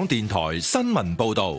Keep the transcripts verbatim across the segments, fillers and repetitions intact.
港電台新聞報道。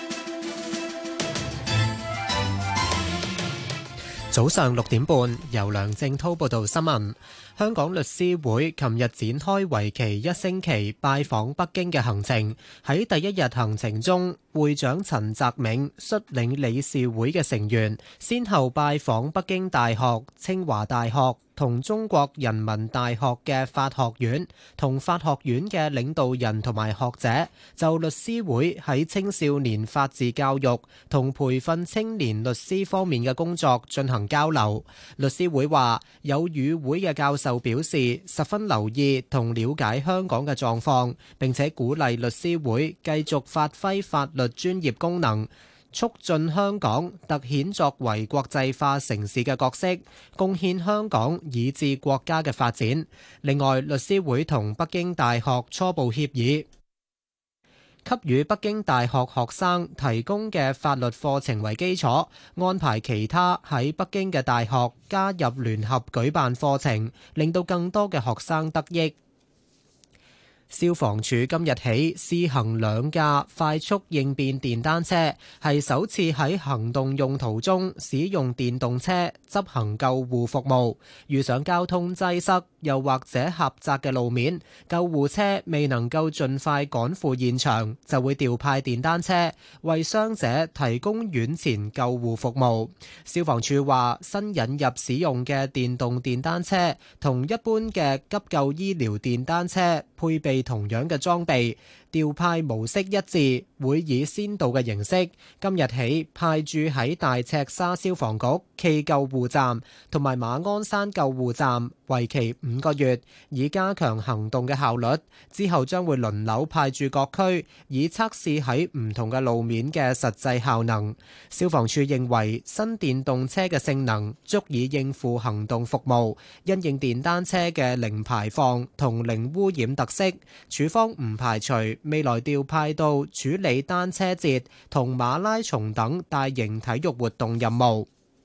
早上六點半，由梁正滔報道新聞。香港律師會琴日展開為期一星期拜訪北京嘅行程。喺第一日行程中，會長陳澤銘率領理事會嘅成員，先後拜訪北京大學、清華大學同中國人民大學嘅法學院，同法學院嘅領導人同埋學者，就律師會喺青少年法治教育同培訓青年律師方面嘅工作進行交流。律師會話，有與會嘅教授表示十分留意同了解香港嘅狀況，並且鼓勵律師會繼續發揮法律專業功能，促進香港突顯作為國際化城市嘅角色，貢獻香港以至國家嘅發展。另外，律師會同北京大學初步協議，給予北京大學學生提供嘅法律課程為基礎，安排其他喺北京嘅大學加入聯合舉辦課程，令到更多嘅學生得益。消防處今日起試行兩架快速應變電單車，係首次喺行動用途中使用電動車執行救護服務。遇上交通擠塞又或者狹窄嘅路面，救護車未能夠盡快趕赴現場，就會調派電單車為傷者提供院前救護服務。消防處話，新引入使用嘅電動電單車同一般嘅急救醫療電單車配備同樣嘅裝備，調派模式一致，會以先導嘅形式，今日起派駐喺大赤沙消防局暨救護站同埋馬鞍山救護站，為期五個月，以加強行動嘅效率。之後將會輪流派駐各區，以測試喺唔同嘅路面嘅實際效能。消防處認為新電動車嘅性能足以應付行動服務，因應電單車嘅零排放同零污染特色，處方唔排除未來調派到處理單車節同馬拉松等大型體育活動任務。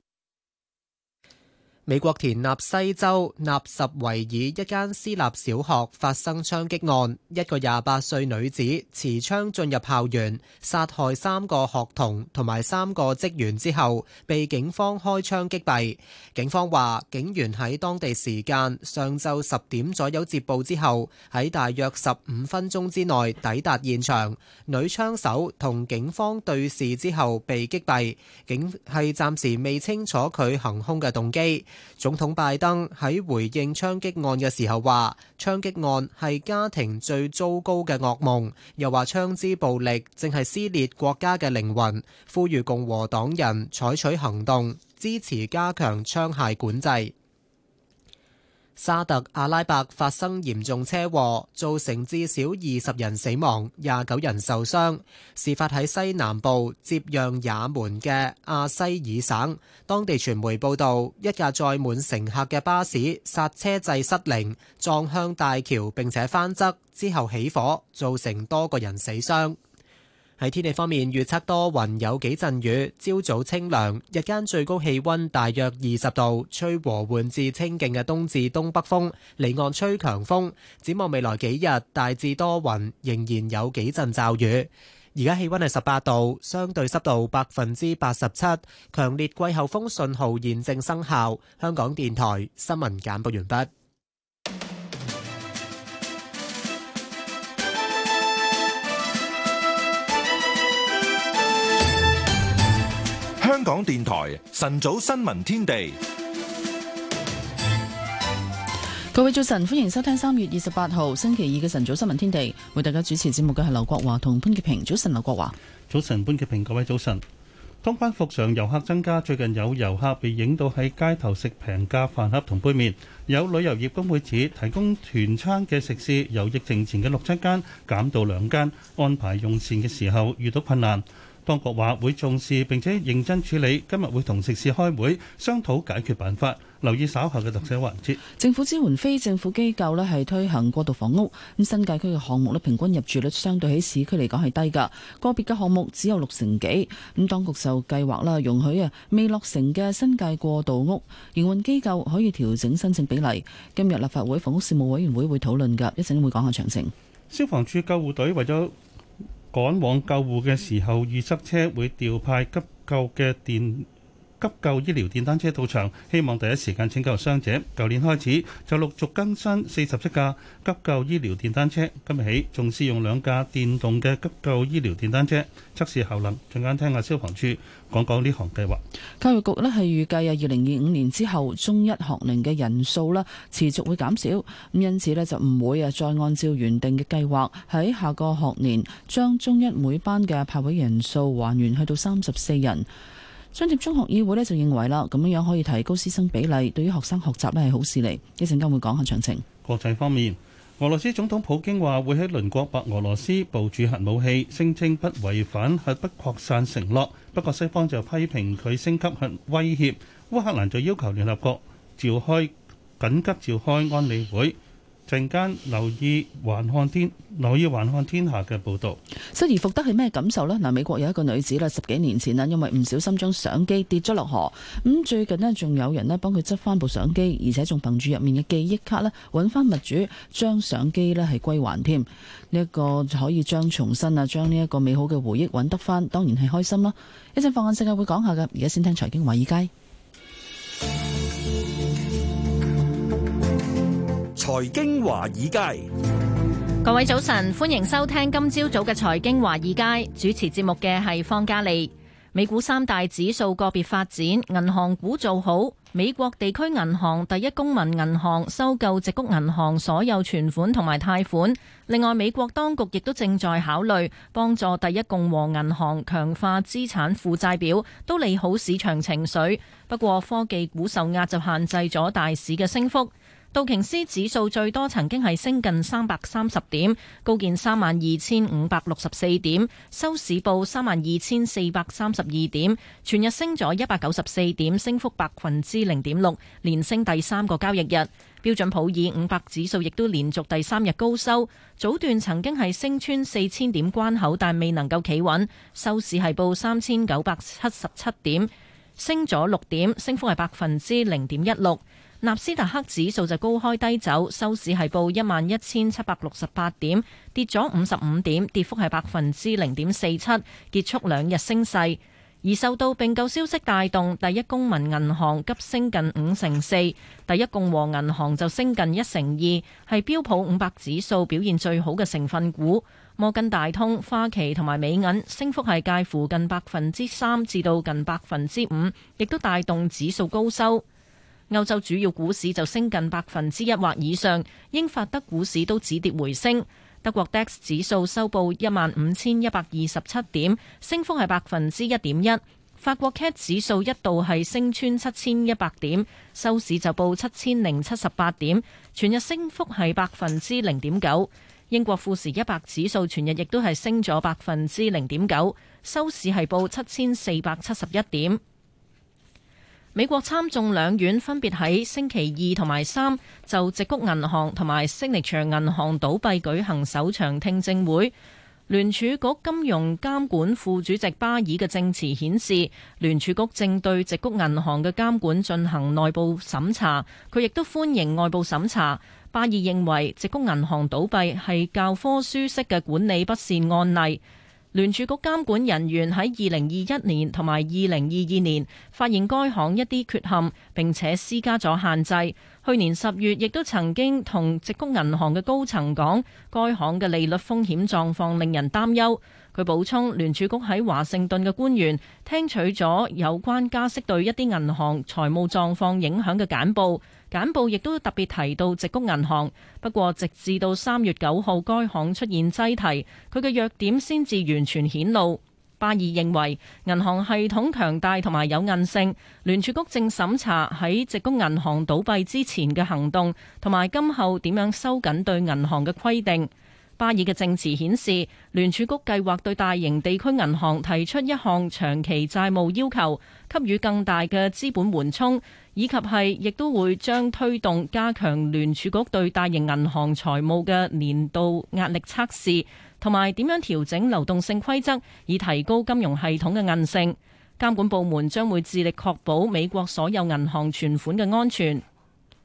美國田納西州納什維爾一間私立小學發生槍擊案，一個廿八歲女子持槍進入校園，殺害三個學童同埋三個職員之後，被警方開槍擊斃。警方話，警員喺當地時間上晝十點左右接報之後，喺大約十五分鐘之內抵達現場。女槍手同警方對峙之後被擊斃，警係暫時未清楚佢行兇嘅動機。總統拜登喺回應槍擊案嘅時候話，槍擊案係家庭最糟糕嘅噩夢，又話槍支暴力正係撕裂國家嘅靈魂，呼籲共和黨人採取行動，支持加強槍械管制。沙特阿拉伯發生嚴重車禍，造成至少二十人死亡，廿九人受傷。事發喺西南部接壤也門嘅阿西爾省。當地傳媒報道，一架載滿乘客嘅巴士剎車掣失靈，撞向大橋並且翻側，之後起火，造成多個人死傷。喺天氣方面，預測多雲有幾陣雨，朝早清涼，日間最高氣溫大約二十度，吹和緩至清勁嘅東至東北風，離岸吹強風。展望未來幾日，大致多雲，仍然有幾陣驟雨。而家氣溫係十八度，相對濕度百分之八十七，強烈季候風信號現正生效。香港電台新聞簡報完畢。 香港電台晨早新聞天地， 各位早晨，歡迎收聽三月二十八號星期二嘅晨早新聞天地。為大家主持節目嘅係劉國華同潘潔平。早晨，劉國華。 早晨，潘潔平。各位早晨。通關復常，遊客增加，最近有遊客被影到喺街頭食平價飯盒同杯麵。有旅遊業工會指，提供團餐嘅食肆由疫情前嘅六七間減到兩間，安排用膳嘅時候遇到困難。當局話會重視並且認真處理，今日會同食肆開會商討解決辦法。留意稍後嘅特寫環節。 政府支援非政府機構咧係推行過渡房屋，咁新界區嘅項目咧平均入住率相對喺市區嚟講係低㗎，個別嘅項目只有六成幾。咁當局就計劃啦，容許啊未落成嘅新界過渡屋營運機構可以調整申請比例。今日立法會房屋事務委員會會討論㗎，一陣會講下詳情。 消防處救護隊為咗趕往救護嘅時候遇塞車，會調派急救嘅電急救醫療電單車到場，希望第一時間拯救傷者。舊年開始就陸續更新四十七架急救醫療電單車，今日起仲試用兩架電動嘅急救醫療電單車測試效能。陣間聽下消防處講講呢項計劃。 教育局咧係預計啊，二零二五年之後中一學齡嘅人數咧持續會減少，咁因此咧就唔會啊再按照原定嘅計劃喺下個學年將中一每班嘅派位人數還原去到三十四人。津貼中學議會呢就認為啦，咁樣樣可以提高師生比例，對於學生學習呢係好事嚟。一陣間會講下詳情。 國際方面，俄羅斯總統普京話會喺鄰國白俄羅斯部署核武器，聲稱不違反核不擴散承諾。不過西方就批評佢升級核威脅。烏克蘭就要求聯合國召開緊急召開安理會。陣間留意環看天，留意環看天下嘅報導。 失而復得係咩感受呢？嗱，美國有一個女子啦，十幾年前啦，因為唔小心將相機跌咗落河，咁最近呢，仲有人呢幫佢執翻部相機，而且仲憑住入面嘅記憶卡呢，揾翻物主，將相機呢係歸還添。呢、這、一個就可以將重新啊，將呢一個美好嘅回憶揾得翻，當然係開心啦。一陣放眼世界會講下㗎，而家先聽財經華爾街。 財經華爾街， 各位早晨，歡迎收聽今朝早嘅財經華爾街。主持節目嘅係方嘉利。美股三大指數個別發展，銀行股做好。美國地區銀行第一公民銀行收購矽谷銀行所有存款同埋貸款。另外，美國當局亦都正在考慮幫助第一共和銀行強化資產負債表，都利好市場情緒。不過，科技股受壓就限制咗大市嘅升幅。道瓊斯指數最多曾經係升近三百三十點，高見三萬二千五百六十四點，收市報三萬二千四百三十二點，全日升咗一百九十四點，升幅百分之零點六，連升第三個交易日。標準普爾五百指數亦都連續第三日高收，早段曾經係升穿四千點關口，但未能夠企穩，收市係報三千九百七十七點，升咗六點，升幅係百分之零點一六。納斯達克指數就高開低走，收市係報一萬一千七百六十八點，跌咗五十五點，跌幅係百分之零點四七，結束兩日升勢。而受到併購消息帶動，第一公民銀行急升近五成四，第一共和銀行就升近一成二，係標普五百指數表現最好嘅成分股。摩根大通、花旗同埋美銀升幅係介乎近百分之三至到近百分之五，亦都帶動指數高收。歐洲主要股市就升近百分之一或以上，英法德股市都止跌回升。德國 D A X 指數收報一萬五千一百二十七點，升幅係百分之一點一。法國 C A T 指數一度係升穿七千一百點，收市就報七千零七十八點，全日升幅係百分之零點九。英國富時一百指數全日亦都係升咗百分之零點九，收市係報七千四百七十一點。美國參眾兩院分別喺星期二同埋三就矽谷銀行同埋 Signature 銀行倒閉舉行首場聽證會。聯儲局金融監管副主席巴爾嘅證詞顯示，聯儲局正對矽谷銀行嘅監管進行內部審查，佢亦都歡迎外部審查。巴爾認為矽谷銀行倒閉係教科書式嘅管理不善案例。聯儲局監管人員喺二零二一年同埋二零二二年發現該行一啲缺陷，並且施加咗限制。去年十月亦都曾經同矽谷銀行嘅高層講，該行嘅利率風險狀況令人擔憂。佢補充，聯儲局喺華盛頓嘅官員聽取咗有關加息對一啲銀行財務狀況影響嘅簡報，簡報亦都特別提到矽谷銀行。不過，直至到三月九號，該行出現擠提，佢嘅弱點先至完全顯露。巴爾認為銀行系統強大同埋有韌性，聯儲局正審查喺矽谷銀行倒閉之前嘅行動，同埋今後點樣收緊對銀行嘅規定。巴爾嘅證詞顯示，聯儲局計劃對大型地區銀行提出一項長期債務要求，給予更大嘅資本緩衝，以及係亦都會將推動加強聯儲局對大型銀行財務嘅年度壓力測試，同埋點樣調整流動性規則，以提高金融系統嘅韌性。監管部門將會致力確保美國所有銀行存款嘅安全。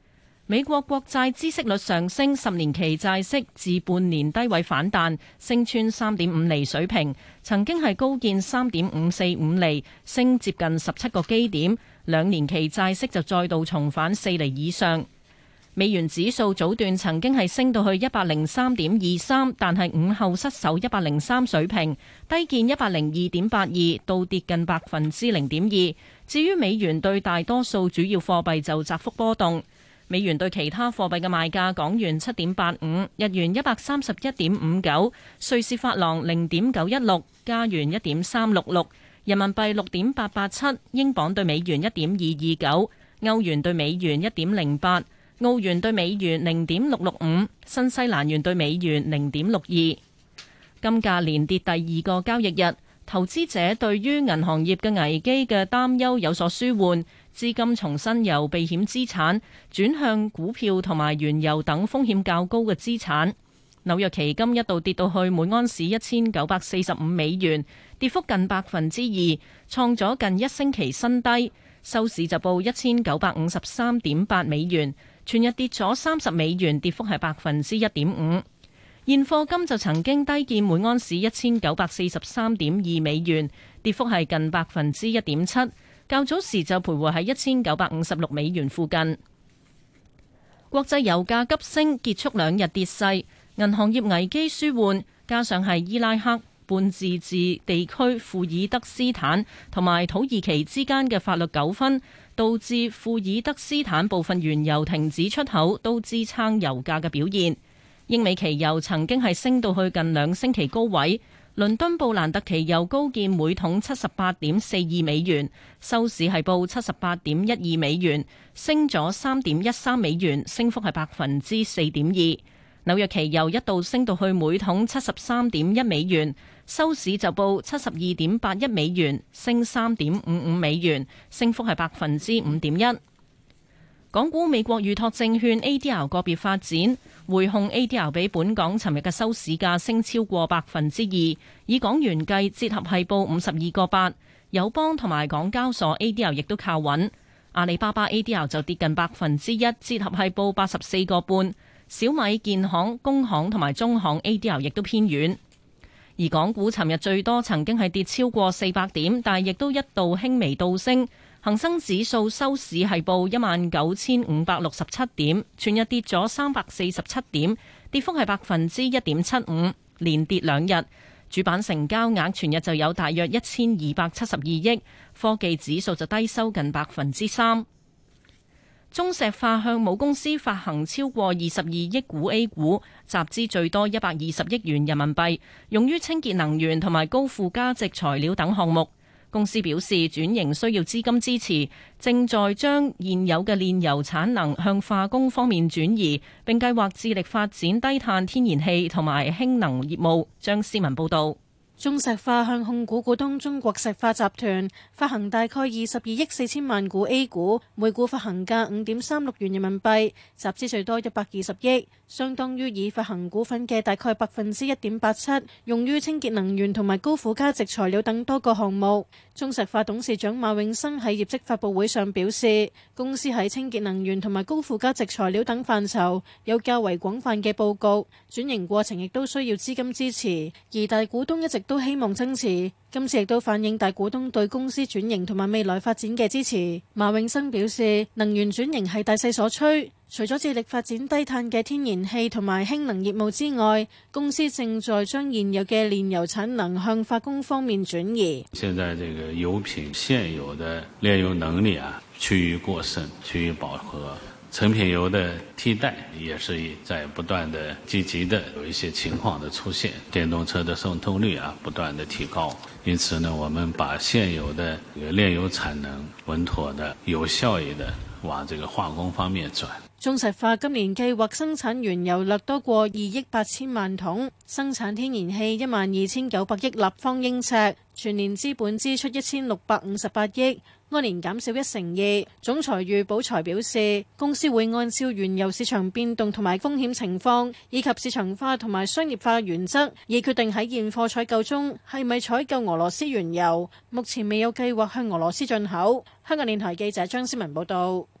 美國國債孳息率上升，十年期債息自半年低位反彈，升穿三點五厘水平，曾經係高見三點五四五厘，升接近十七個基點。兩年期債息就再度重返四厘以上。美元指數早段曾經係升到去一百零三點二三，但係午後失守一百零三水平，低見一百零二點八二，倒跌近百分之零點二。至於美元對大多數主要貨幣就窄幅波動。美元對其他貨幣嘅賣價：港元七點八五，日元一百三十一點五九，瑞士法郎零點九一六，加元一點三六六，人民幣六點八八七，英鎊對美元一點二二九，歐元對美元一點零八，澳元對美元零點六六五，新西蘭元對美元零點六二。金價連跌第二個交易日，投資者對於銀行業嘅危機嘅擔憂有所舒緩。資金重新由避險資產轉向股票同埋原油等風險較高嘅資產。紐約期金一度跌到去每安士一千九百四十五美元，跌幅近百分之二，創咗近一星期新低。收市就報一千九百五十三點八美元，全日跌咗三十美元，跌幅係百分之一點五。現貨金就曾經低見每安士一千九百四十三點二美元，跌幅係近百分之一點七。較早時就徘徊喺一千九百五十六美元附近。國際油價急升，結束兩日跌勢。銀行業危機舒緩，加上係伊拉克半自治地區庫爾德斯坦同埋土耳其之間嘅法律糾紛，導致庫爾德斯坦部分原油停止出口，都支撐油價嘅表現。英美期油曾經係升到去近兩星期高位。倫敦布蘭特期油高見每桶七十八點四二美元，收市係報七十八點一二美元，升咗三點一三美元，升幅係百分之四點二。紐約期油一度升到去每桶七十三點一美元，收市就報七十二點八一美元，升三點五五美元，升幅係百分之五點一。港股美國預託證券 A D R 個別發展，匯控 A D R 比本港尋日嘅收市價升超過百分之二，以港元計，折合係報五十二個八。友邦同埋港交所 A D R 亦都靠穩，阿里巴巴 A D R 就跌近百分之一，折合係報八十四個半。小米、建行、工行同埋中行 A D R 亦都偏軟。而港股尋日最多曾經係跌超過四百點，但係亦都一度輕微倒升。恒生指數收市係報一萬九千五百六十七點，全日跌咗三百四十七點，跌幅係百分之一點七五，連跌兩日。主板成交額全日就有大約一千二百七十二億，科技指數就低收近百分之三。中石化向母公司發行超過二十二億股 A 股，集資最多一百二十億元人民幣，用於清潔能源同埋高附加值材料等項目。公司表示轉型需要資金支持，正在將現有嘅煉油產能向化工方面轉移，並計劃致力發展低碳天然氣同埋氫能業務。張思文報導。 中石化向控股股東中國石化集團發行大概二十二億四千萬股 A 股，每股發行價五點三六元人民幣，集資最多一百二十億，相當於已發行股份嘅大概百分之一點八七，用於清潔能源同埋高附加值材料等多個項目。中石化董事長馬永生喺業績發佈會上表示，公司喺清潔能源同埋高附加值材料等範疇有較為廣泛嘅佈局，轉型過程亦都需要資金支持，而大股東一直都希望增持，今次亦都反映大股東對公司轉型同埋未來發展嘅支持。馬永生表示，能源轉型係大勢所趨，除咗致力發展低碳嘅天然氣同埋氫能業務之外，公司正在將現有嘅煉油產能向化工方面轉移。 現在這個油品現有的煉油能力啊，趨於過剩，趨於飽和。成品油的替代也是在不斷的積極的有一些情況的出現，電動車的滲透率啊不斷的提高，因此呢，我們把現有的煉油產能穩妥的、有效益的往這個化工方面轉。 中石化今年計劃生產原油略多過二億八千萬桶，生產天然氣一萬二千九百億立方英尺，全年資本支出一千六百五十八億，按年減少一成二。總裁喻寶才表示，公司會按照原油市場變動同埋風險情況，以及市場化同埋商業化原則，以決定喺現貨採購中係咪採購俄羅斯原油。目前未有計劃向俄羅斯進口。香港電台記者張思文報道。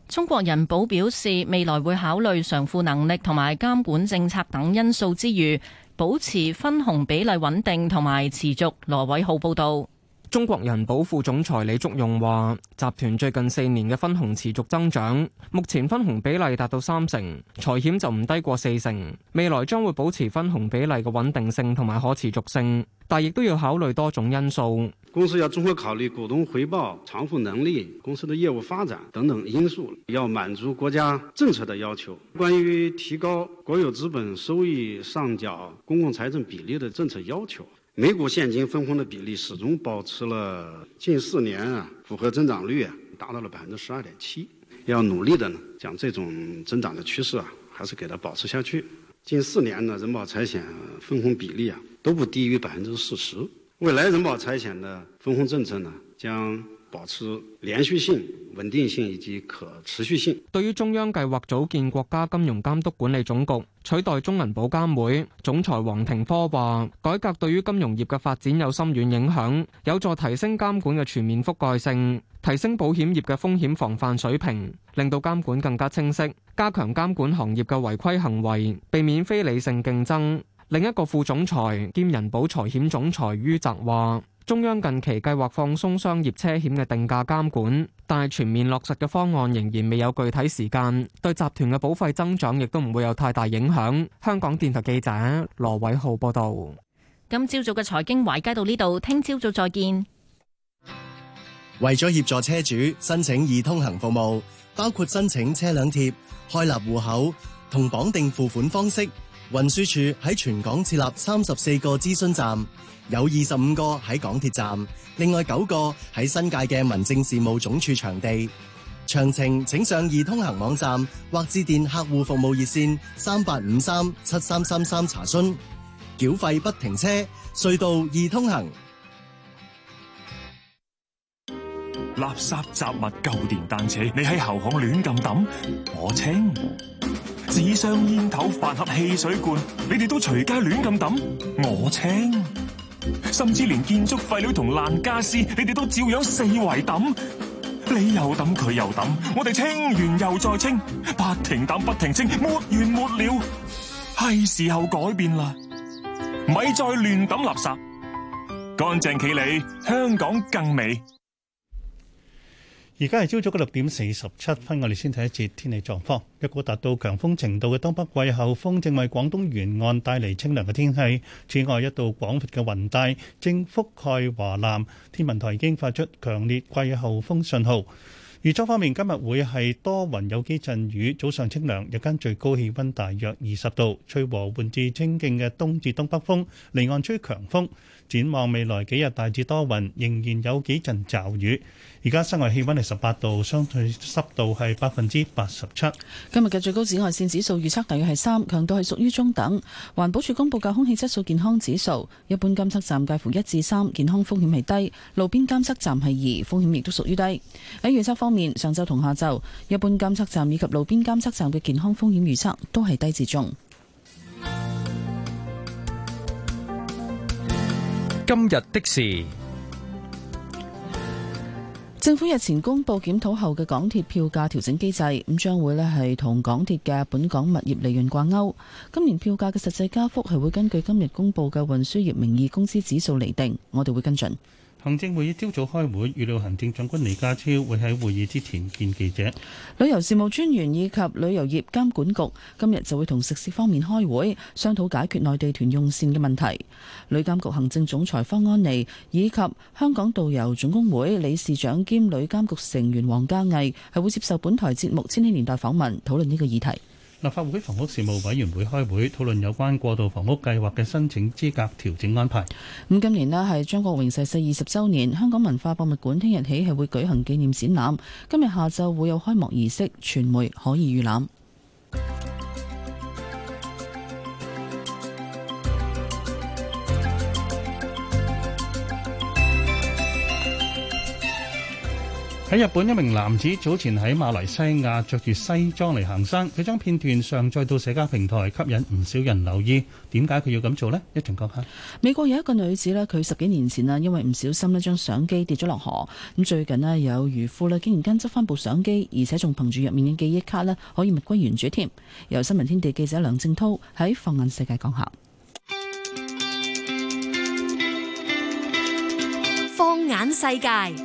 中國人保表示，未來會考慮償付能力同埋監管政策等因素之餘，保持分紅比例穩定同埋持續。羅偉浩報導。 中國人保副總裁李竹用話，集團最近四年嘅分紅持續增長，目前分紅比例達到三成，財險就唔低過四成。未來將會保持分紅比例嘅穩定性同埋可持續性，但亦都要考慮多種因素。 公司要綜合考慮股東回報、償付能力、公司的業務發展等等因素，要滿足國家政策的要求。關於提高國有資本收益上繳公共財政比例的政策要求，每股現金分紅的比例始終保持了近四年啊，複合增長率啊達到了百分之十二點七。要努力的呢，將這種增長的趨勢啊，還是給它保持下去。近四年呢，人保財險分紅比例啊都不低於百分之四十。未來人保財險的分紅政策呢，將保持連續性、穩定性以及可持續性。 對於中央計劃組建國家金融監督管理總局，取代中銀保監會，總裁黃廷科話：改革對於金融業嘅發展有深遠影響，有助提升監管嘅全面覆蓋性，提升保險業嘅風險防範水平，令到監管更加清晰，加強監管行業嘅違規行為，避免非理性競爭。另一個副總裁兼人保財險總裁于澤話：中央近期計劃放鬆商業車險嘅定價監管，但係全面落實嘅方案仍然未有具體時間，對集團嘅保費增長亦都唔會有太大影響。香港電台記者羅偉浩報道。 今朝早嘅財經華爾街到呢度，聽朝早再見。 為咗協助車主申請易通行服務，包括申請車輛貼、開立戶口同綁定付款方式，運輸署喺全港設立三十四個諮詢站，有二十五個喺港鐵站，另外九個喺新界嘅民政事務總署場地。詳情請上易通行網站或致電客戶服務熱線三八五三七三三三查詢。繳費不停車，隧道易通行。 垃圾雜物舊電單車，你喺後巷亂咁抌，我清；紙箱煙頭飯盒汽水罐，你哋都隨街亂咁抌，我清；甚至連建築廢料同爛家私，你哋都照樣四圍抌，你又抌佢又抌，我哋清完又再清，不停抌不停清，沒完沒了，係時候改變啦，咪再亂抌垃圾，乾淨企理，香港更美。 而家係朝早嘅六點四十七分，我哋先睇一節天氣狀況。一股達到強風程度嘅東北季候風正為廣東沿岸帶嚟清涼嘅天氣。此外，一道廣闊嘅雲帶正覆蓋華南，天文台已經發出強烈季候風信號。預測方面，今日會係多雲有幾陣雨，早上清涼，日間最高氣溫大約二十度，吹和緩至清勁嘅東至東北風，離岸吹強風。展望未來幾日大致多雲，仍然有幾陣驟雨。而家室外氣溫係十八度，相對濕度係百分之八十七。 今日嘅最高紫外線指數預測大約係三，強度係屬於中等。環保署公布嘅空氣質素健康指數，一般監測站介乎一至三，健康風險係低；路邊監測站係二，風險亦都屬於低。喺預測方面，上晝同下晝，一般監測站以及路邊監測站嘅健康風險預測都係低至中。 今日的事， 政府日前公布檢討後嘅港鐵票價調整機制，咁將會呢係同港鐵嘅本港物業利潤掛鈎。今年票價嘅實際加幅係會根據今日公布嘅運輸業名義工資指數釐定。我哋會跟進。 行政會議朝早開會，預料行政長官李家超會喺會議之前見記者。 旅遊事務專員以及旅遊業監管局今日就會同食肆方面開會，商討解決內地團用膳嘅問題。旅監局行政總裁方安妮以及香港導遊總工會理事長兼旅監局成員黃嘉毅係會接受本台節目《千禧年代》訪問，討論呢個議題。 立法會房屋事務委員會開會討論有關過渡房屋計劃嘅申請資格調整安排。 咁今年呢係張國榮逝世二十週年，香港文化博物館聽日起係會舉行紀念展覽，今日下晝會有開幕儀式，傳媒可以預覽。 喺日本，一名男子早前喺馬來西亞着住西裝嚟行山，佢將片段上載到社交平台，吸引唔少人留意。點解佢要咁做呢？一齊講下。 美國有一個女子呢，佢十幾年前啊，因為唔小心呢將相機跌咗落河。咁最近呢，有漁夫呢竟然跟執翻部相機，而且仲憑住入面嘅記憶卡呢，可以物歸原主添。由新聞天地記者梁正濤喺放眼世界講下。 放眼世界。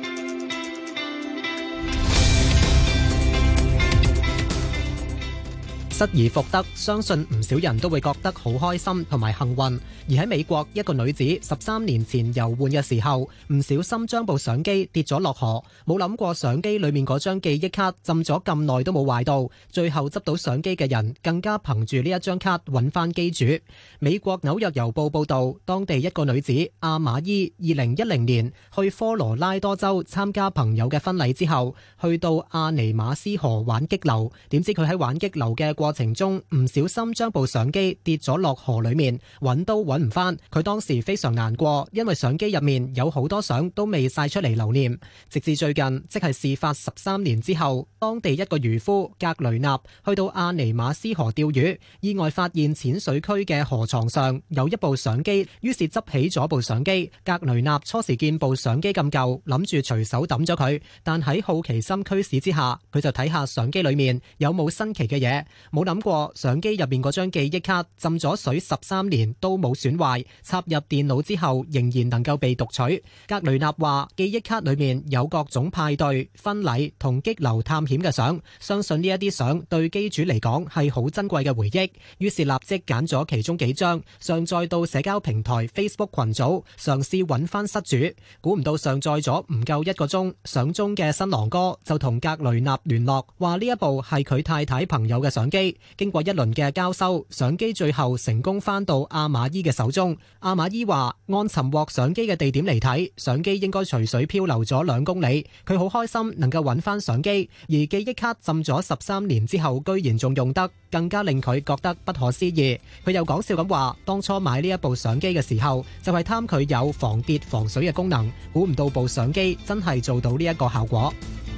失而復得，相信唔少人都會覺得好開心同埋幸運。而喺美國，一個女子十三年前遊玩嘅時候，唔小心將部相機跌咗落河，冇諗過相機裏面嗰張記憶卡浸咗咁耐都冇壞到，最後執到相機嘅人更加憑住呢一張卡揾翻機主。美國紐約郵報報道，當地一個女子阿瑪伊，二零一零年去科羅拉多州參加朋友嘅婚禮之後，去到阿尼馬斯河玩激流，點知佢喺玩激流嘅過程中唔小心將部相機跌咗落河裏面，揾都揾唔翻。佢當時非常難過，因為相機入面有好多相都未晒出嚟留念。直至最近，即係事發十三年之後，當地一個漁夫格雷納去到阿尼馬斯河釣魚，意外發現淺水區嘅河床上有一部相機，於是執起咗部相機。格雷納初時見部相機咁舊，諗住隨手抌咗佢，但喺好奇心驅使之下，佢就睇下相機裏面有冇新奇嘅嘢。冇諗過相機入面嗰張記憶卡浸咗水十三年都冇損壞，插入電腦之後仍然能夠被讀取。格雷納話記憶卡裏面有各種派對、婚禮同激流探險嘅相，相信呢一啲相對機主嚟講係好珍貴嘅回憶，於是立即揀咗其中幾張上載到社交平台 Facebook 群組，嘗試揾翻失主。估唔到上載咗唔夠一個鐘，相中嘅新郎哥就同格雷納聯絡，話呢一部係佢太太朋友嘅相機。經過一輪嘅交收，相機最後成功翻到阿瑪伊嘅手中。阿瑪伊話按尋獲相機嘅地點嚟睇，相機應該隨水漂流咗兩公里。佢好開心能夠揾翻相機，而記憶卡浸咗十三年之後居然仲用得，更加令佢覺得不可思議。佢又講笑咁話，當初買呢一部相機嘅時候，就係貪佢有防跌防水嘅功能，估唔到部相機真係做到呢一個效果。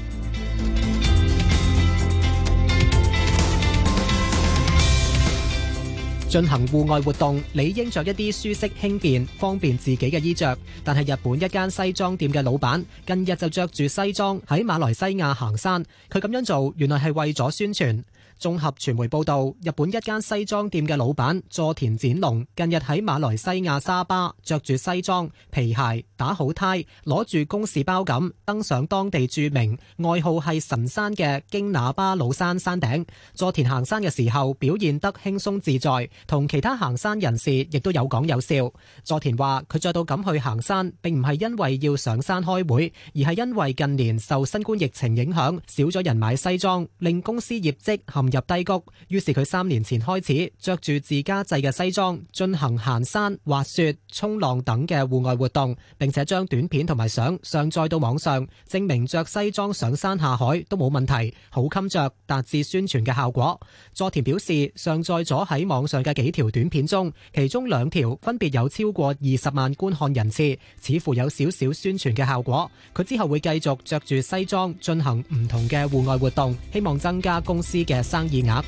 進行戶外活動，理應着一啲舒適輕便、方便自己嘅衣着。但係日本一間西裝店嘅老闆近日就着住西裝喺馬來西亞行山，佢咁樣做原來係為咗宣傳。綜合傳媒報道，日本一間西裝店嘅老闆佐田展龍近日喺馬來西亞沙巴着住西裝、皮鞋、打好呔，攞住公事包咁登上當地著名外號係神山嘅京那巴魯山山頂。佐田行山嘅時候表現得輕鬆自在，同其他行山人士亦都有講有笑。佐田話佢着到咁去行山並唔係因為要上山開會，而係因為近年受新冠疫情影響，少咗人買西裝，令公司業績陷入低谷。於是佢三年前開始着住自家製嘅西裝進行行山、滑雪、衝浪等嘅戶外活動，並且將短片同埋相上載到網上，證明着西裝上山下海都冇問題，好襟着，達至宣傳嘅效果。佐田表示，上載咗喺網上嘅幾條短片中，其中兩條分別有超過二十萬觀看人次，似乎有少少宣傳嘅效果。佢之後會繼續着住西裝進行唔同嘅戶外活動，希望增加公司嘅生意額。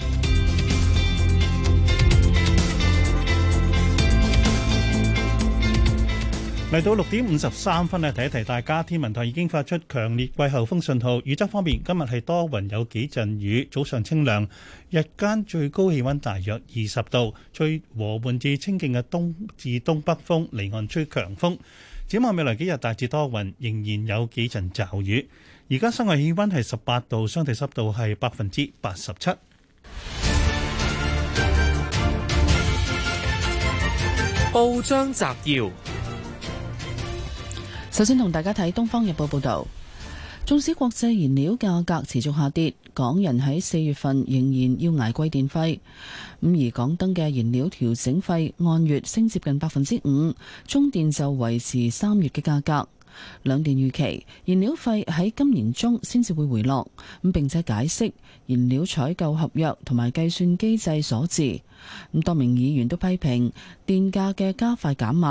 嚟到六點五十三分咧，提一提大家，天文台已經發出強烈季候風信號。預測方面，今日係多雲有幾陣雨，早上清涼，日間最高氣溫大約二十度，吹和緩至清勁嘅東至東北風，離岸吹強風。展望未來幾日大致多雲，仍然有幾陣驟雨。而家室外氣溫係十八度，相對濕度係百分之八十七。 報章摘要。 首先同大家睇《東方日報》報導，縱使國際燃料價格持續下跌，港人喺四月份仍然要捱貴電費。咁而港燈嘅燃料調整費按月升接近百分之五，中電就維持三月嘅價格。兩電預期燃料費喺今年中先至會回落，咁並且解釋燃料採購合約同埋計算機制所致。咁多名議員都批評電價嘅加快減慢，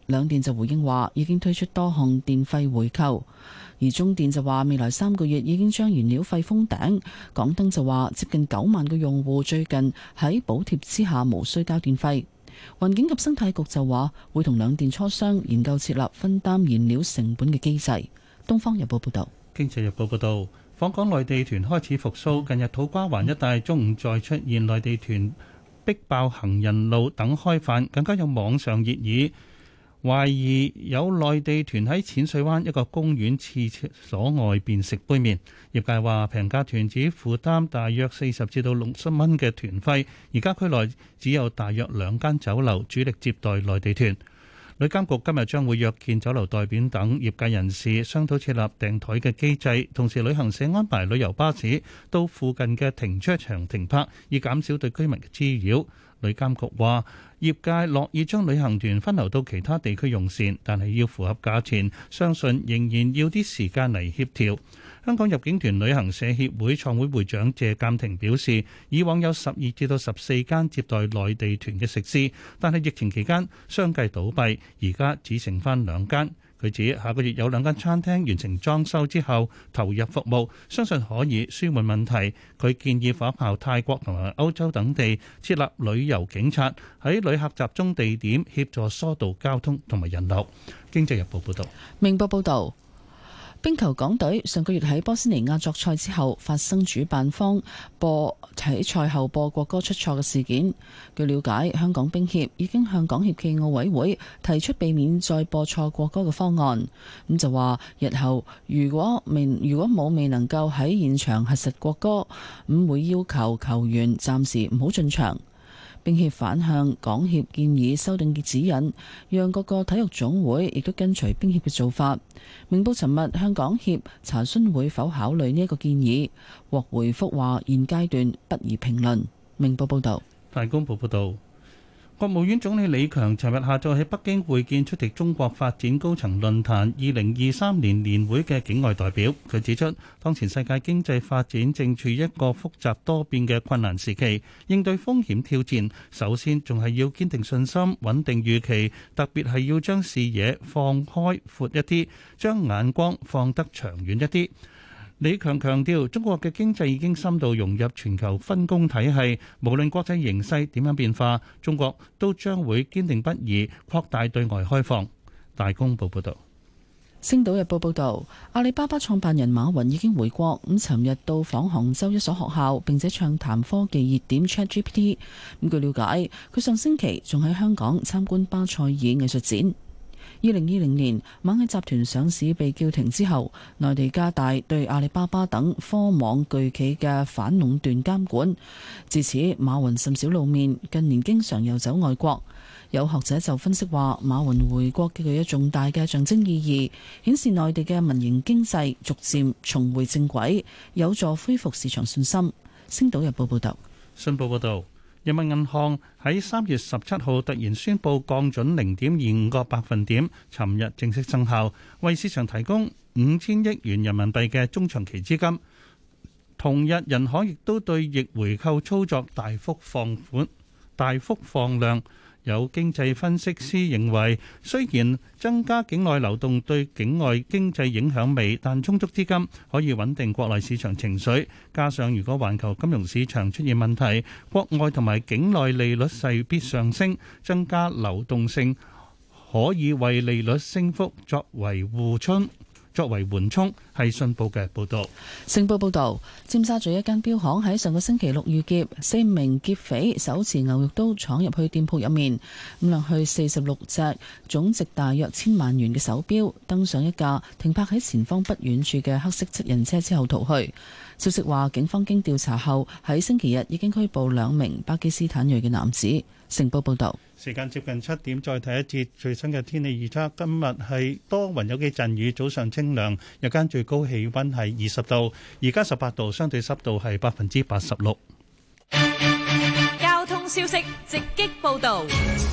兩電就回應話已經推出多項電費回扣，而中電就話未來三個月已經將燃料費封頂。港燈就話接近九萬個用戶最近喺補貼之下無需交電費。環境及生態局就話會同兩電磋商，研究設立分擔燃料成本嘅機制。《東方日報》報道。 《經濟日報》報道，訪港內地團開始復甦。近日土瓜灣一帶中午再出現內地團逼爆行人路等開飯，更加有網上熱議，懷疑有內地團喺淺水灣一個公園廁所外邊食杯麵。業界話平價團只負擔大約四十至到六十蚊嘅團費，而家區內只有大約兩間酒樓主力接待內地團。旅監局今日將會約見酒樓代表等業界人士，商討設立訂枱嘅機制，同時旅行社安排旅遊巴士到附近嘅停車場停泊，以減少對居民嘅滋擾。旅監局話業界樂意將旅行團分流到其他地區用膳，但係要符合價錢，相信仍然要啲時間嚟協調。香港入境團旅行社協會創會會長謝鑑庭表示，以往有十二至到十四間接待內地團嘅食肆，但係疫情期間相繼倒閉，而家只剩翻兩間。佢指下個月有兩間餐廳完成裝修之後投入服務，相信可以舒緩問題。佢建議仿效泰國同埋歐洲等地設立旅遊警察，喺旅客集中地點協助疏導交通同埋人流。經濟日報報道。 明報報導。冰球港隊上個月喺波斯尼亞作賽之後，發生主辦方播喺賽後播國歌出錯嘅事件。據了解，香港冰協已經向港協暨奧委會提出避免再播錯國歌嘅方案。咁就話日後如果未如果冇未能夠喺現場核實國歌，咁會要求球員暫時唔好進場。冰協反向港協建議修訂嘅指引，讓各個體育總會亦都跟隨冰協嘅做法。明報尋日向港協查詢會否考慮呢一個建議，獲回覆話現階段不宜評論。明報報道。 大公報報導。國務院總理李強尋日下晝喺北京會見出席中國發展高層論壇二零二三年年會嘅境外代表。佢指出，當前世界經濟發展正處於一個複雜多變嘅困難時期，應對風險挑戰，首先仲係要堅定信心、穩定預期，特別係要將視野放開闊一啲，將眼光放得長遠一啲。李強強調，中國嘅經濟已經深度融入全球分工體系，無論國際形勢點樣變化，中國都將會堅定不移擴大對外開放。大公報報道。 星島日報報道，阿里巴巴創辦人馬雲已經回國，咁尋日到訪杭州一所學校，並且暢談科技熱點 ChatGPT。咁據了解，佢上星期仲喺香港參觀巴塞爾藝術展。二零二零年螞蟻集團上市被叫停之後，內地加大對阿里巴巴等科網巨企嘅反壟斷監管，自此馬雲甚少露面，近年經常遊走外國。有學者就分析話，馬雲回國具有重大嘅象徵意義，顯示內地嘅民營經濟逐漸重回正軌，有助恢復市場信心。星島日報報道。 信報報道。人民銀行喺三月十七號突然宣布降準零點二五個百分點，尋日正式生效，為市場提供五千億元人民幣嘅中長期資金。同日，人行亦都對逆回購操作大幅放寬、大幅放量。有經濟分析師認為，雖然增加境內流動對境外經濟影響微，但充足資金可以穩定國內市場情緒。加上如果環球金融市場出現問題，國外同埋境內利率勢必上升，增加流動性可以為利率升幅作為互衝。作為緩衝，係信報嘅報導。 星報報導，尖沙咀一間錶行喺上個星期六遇劫，四名劫匪手持牛肉刀闖入去店鋪入面，咁掠去四十六隻總值大約千萬元嘅手錶，登上一架停泊喺前方不遠處嘅黑色七人車之後逃去。消息話，警方經調查後喺星期日已經拘捕兩名巴基斯坦裔嘅男子。星報報導。 時間接近七點，再睇一節最新嘅天氣預測。今日係多雲有幾陣雨，早上清涼，日間最高氣溫係二十度，而家十八度，相對濕度係百分之八十六。 交通消息直擊報導。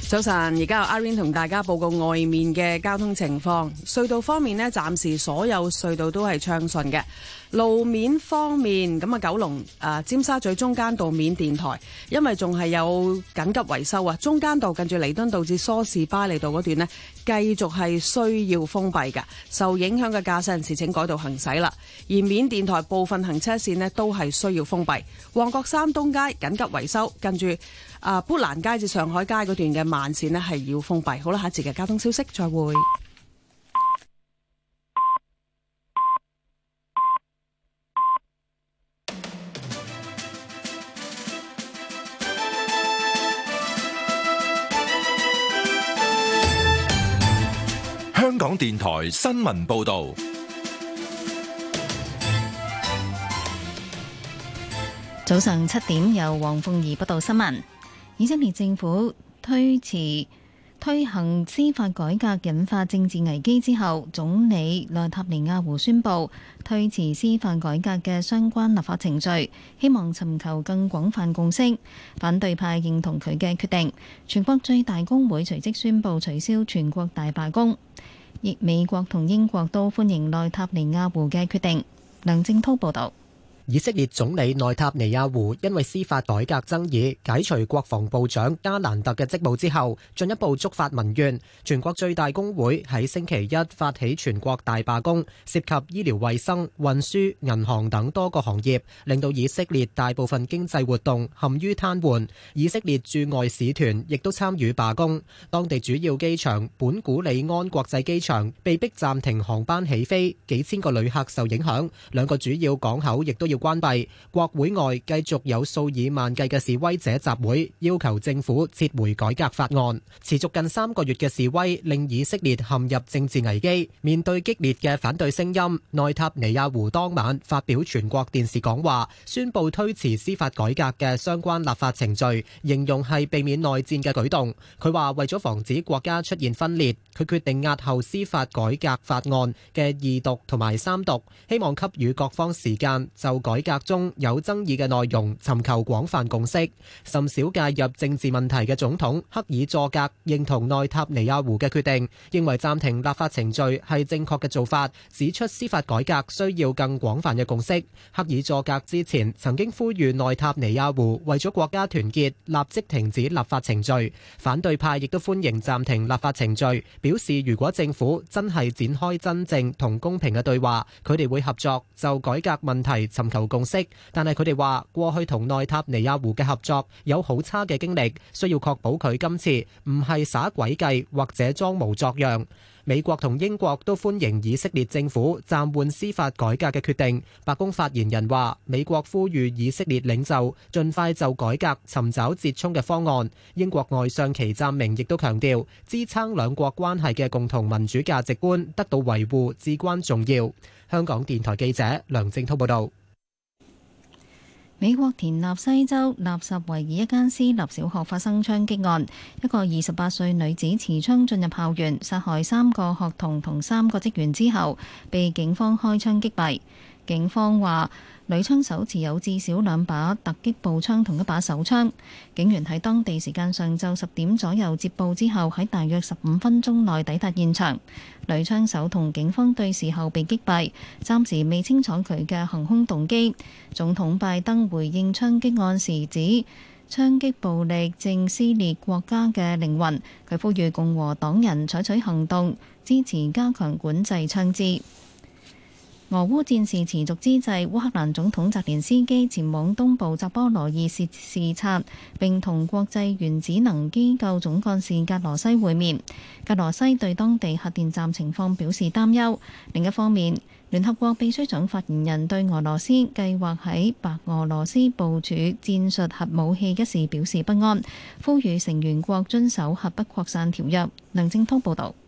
早晨，而家由 Irene 同大家報告外面嘅交通情況。隧道方面呢，暫時所有隧道都係暢順嘅。路面方面，咁啊，九龍誒尖沙咀中間道緬甸台，因為仲係有緊急維修啊，中間道近住彌敦道至梳士巴利道嗰段呢，繼續係需要封閉嘅。受影響嘅駕駛人士請改道行駛啦。而緬甸台部分行車線呢，都係需要封閉。旺角山東街緊急維修，近住啊砵蘭街至上海街嗰段嘅慢線呢係要封閉。好啦，下一節嘅交通消息，再會。 香港電台新聞報道。 早上七點，由黃鳳儀報道新聞。以色列政府推遲推行司法改革引發政治危機之後，總理內塔尼亞胡宣布推遲司法改革嘅相關立法程序，希望尋求更廣泛共識。反對派認同佢嘅決定，全國最大工會隨即宣布取消全國大罷工。亦美國同英國都歡迎內塔尼亞胡嘅決定。梁正滔報導。 以色列總理內塔尼亞胡因為司法改革爭議解除國防部長加蘭特嘅職務之後，進一步觸發民怨。全國最大工會喺星期一發起全國大罷工，涉及醫療衛生、運輸、銀行等多個行業，令到以色列大部分經濟活動陷於癱瘓。以色列駐外使團亦都參與罷工。當地主要機場本古里安國際機場被迫暫停航班起飛，幾千個旅客受影響。兩個主要港口亦都要關閉。國會外繼續有數以萬計嘅示威者集會，要求政府撤回改革法案。持續近三個月嘅示威令以色列陷入政治危機。面對激烈嘅反對聲音，內塔尼亞胡當晚發表全國電視講話，宣布推遲司法改革嘅相關立法程序，形容係避免內戰嘅舉動。佢話為咗防止國家出現分裂，佢決定押後司法改革法案嘅二讀同埋三讀，希望給予各方時間就改革中有爭議嘅內容尋求廣泛共識。甚少介入政治問題嘅總統克爾佐格認同內塔尼亞胡嘅決定，認為暫停立法程序係正確嘅做法，指出司法改革需要更廣泛嘅共識。克爾佐格之前曾經呼籲內塔尼亞胡為咗國家團結立即停止立法程序。反對派亦都歡迎暫停立法程序，表示如果政府真係展開真正同公平嘅對話，佢哋會合作就改革問題尋求共識。但係佢哋話過去同內塔尼亞胡嘅合作有好差嘅經歷，需要確保佢今次唔係耍詭計或者裝模作樣。美國同英國都歡迎以色列政府暫緩司法改革嘅決定。白宮發言人話，美國呼籲以色列領袖盡快就改革尋找折衷嘅方案。英國外相祁湛明亦都強調，支撐兩國關係嘅共同民主價值觀得到維護至關重要。香港電台記者梁正滔報導。 美國田納西州納什維爾一間私立小學發生槍擊案，一個二十八歲女子持槍進入校園，殺害三個學童同三個職員之後，被警方開槍擊斃。警方話，女槍手持有至少兩把突擊步槍同一把手槍。警員喺當地時間上晝十點左右接報之後，喺大約十五分鐘內抵達現場。女槍手同警方對峙後被擊斃，暫時未清楚佢嘅行兇動機。總統拜登回應槍擊案時指，槍擊暴力正撕裂國家嘅靈魂。佢呼籲共和黨人採取行動，支持加強管制槍支。俄烏戰事持續之際，烏克蘭總統澤連斯基前往東部扎波羅熱視視察，並同國際原子能機構總幹事格羅西會面。格羅西對當地核電站情況表示擔憂。另一方面，聯合國秘書長發言人對俄羅斯計劃喺白俄羅斯部署戰術核武器一事表示不安，呼籲成員國遵守核不擴散條約。梁正滔報導。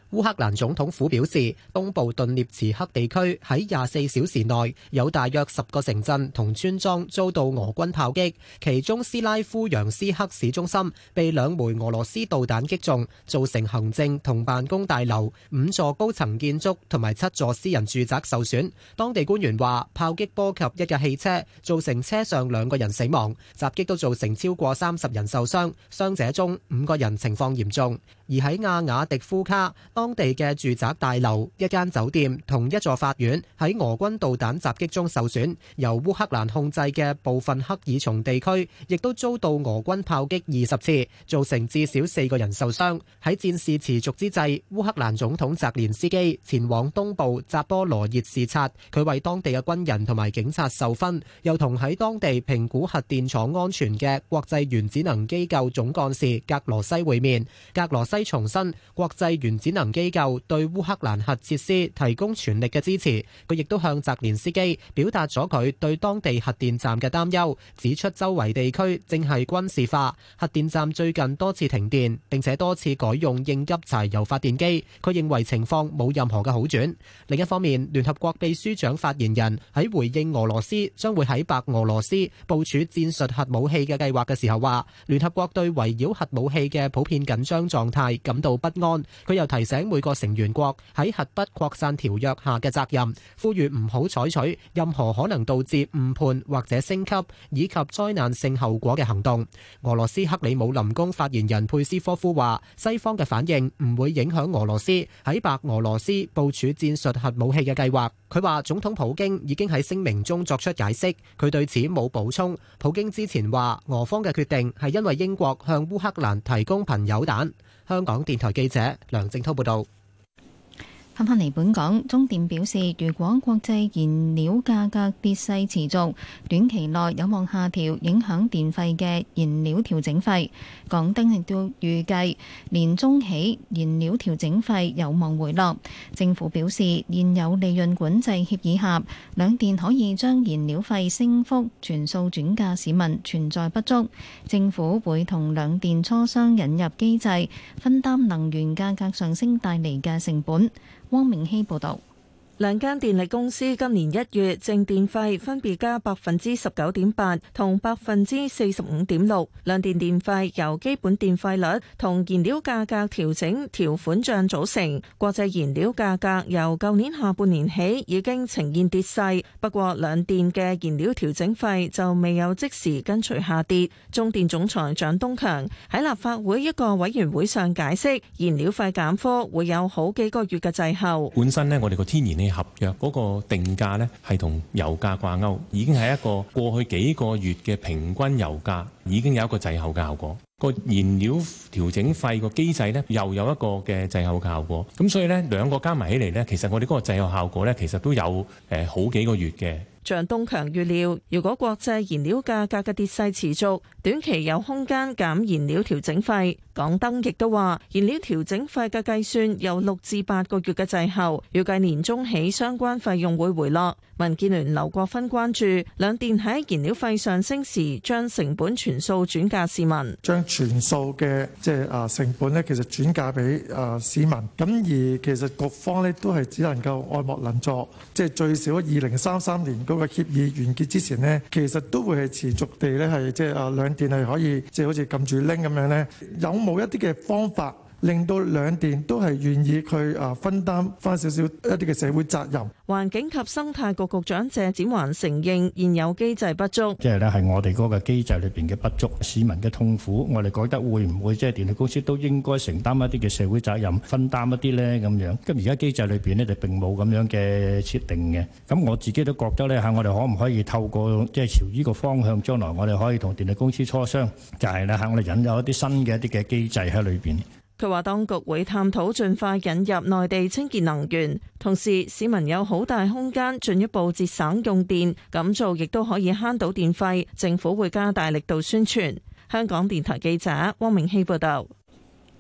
烏克蘭總統府表示，東部頓涅茨克地區喺廿四小時內有大約十個城鎮同村莊遭到俄軍炮擊，其中斯拉夫揚斯克市中心被兩枚俄羅斯導彈擊中，造成行政同辦公大樓、五座高層建築同埋七座私人住宅受損。當地官員話，炮擊波及一架汽車，造成車上兩個人死亡，襲擊都造成超過三十人受傷，傷者中五個人情況嚴重。而喺亞雅迪夫卡，當地嘅住宅大樓、一間酒店同一座法院喺俄軍導彈襲擊中受損。由烏克蘭控制嘅部分克爾松地區亦都遭到俄軍炮擊二十次，造成至少四個人受傷。喺戰事持續之際，烏克蘭總統澤連斯基前往東部扎波羅熱視察，佢為當地嘅軍人同埋警察授勳，又同喺當地評估核電廠安全嘅國際原子能機構總幹事格羅西會面。格羅西重申國際原子能機構對烏克蘭核設施提供全力嘅支持，佢亦都向澤連斯基表達咗佢對當地核電站嘅擔憂，指出周圍地區正係軍事化，核電站最近多次停電，並且多次改用應急柴油發電機，佢認為情況冇任何嘅好轉。另一方面，聯合國秘書長發言人喺回應俄羅斯將會喺白俄羅斯部署戰術核武器嘅計劃嘅時候話，聯合國對圍繞核武器嘅普遍緊張狀態感到不安。佢又提醒每個成員國喺核不擴散條約下嘅責任，呼籲唔好採取任何可能導致誤判或者升級以及災難性後果嘅行動。俄羅斯克里姆林宮發言人佩斯科夫話，西方嘅反應唔會影響俄羅斯喺白俄羅斯部署戰術核武器嘅計劃。佢話總統普京已經喺聲明中作出解釋，佢對此冇補充。普京之前話俄方嘅決定係因為英國向烏克蘭提供貧鈾彈。香港電台記者梁正濤報道。 翻返嚟本港，中電表示，如果國際燃料價格跌勢持續，短期內有望下調影響電費嘅燃料調整費。港燈亦都預計年中起燃料調整費有望回落。政府表示，現有利潤管制協議下，兩電可以將燃料費升幅全數轉嫁市民，存在不足。政府會同兩電磋商引入機制，分擔能源價格上升帶嚟嘅成本。汪明希報道。 兩間電力公司今年一月淨電費分別加百分之十九點八同百分之四十五點六。兩電電費由基本電費率同燃料價格調整條款賬組成。國際燃料價格由舊年下半年起已經呈現跌勢，不過兩電嘅燃料調整費就未有即時跟隨下跌。中電總裁蔣東強喺立法會一個委員會上解釋，燃料費減科會有好幾個月嘅滯後。 本身呢，我哋個天然氣合約嗰個定價呢係同油價掛鈎，已經係一個過去幾個月嘅平均油價已經有一個滯後嘅效果。個燃料調整費個機制呢又有一個嘅滯後嘅效果。咁所以呢兩個加埋起嚟呢，其實我哋嗰個滯後效果呢，其實都有誒好幾個月嘅。 蔣東強預料，如果國際燃料價格嘅跌勢持續，短期有空間減燃料調整費。港燈亦都話，燃料調整費嘅計算有六至八個月嘅滯後，預計年中起相關費用會回落。民建聯劉國勳關注兩電喺燃料費上升時，將成本全數轉嫁市民， 將全數嘅即係啊成本咧，其實轉嫁俾啊市民。咁而其實各方咧都係只能夠愛莫能助，即係最少二零三三年嗰個協議完結之前呢，其實都會係持續地咧係即係啊兩電係可以即係好似撳住拎咁樣咧，有冇一啲嘅方法令到兩電都係願意去啊分擔翻少少一啲嘅社會責任？ 環境及生態局局長謝展寰承認現有機制不足， 即係咧係我哋嗰個機制裏邊嘅不足，市民嘅痛苦，我哋覺得會唔會即係電力公司都應該承擔一啲嘅社會責任，分擔一啲咧咁樣？咁而家機制裏邊咧就並冇咁樣嘅設定嘅。咁我自己都覺得咧嚇，我哋可唔可以透過即係朝呢個方向，將來我哋可以同電力公司磋商，就係咧嚇我哋引入一啲新嘅一啲嘅機制喺裏邊。 佢話當局會探討盡快引入內地清潔能源，同時市民有好大空間進一步節省用電，咁做亦都可以慳到電費。政府會加大力度宣傳。香港電台記者汪明熙報道。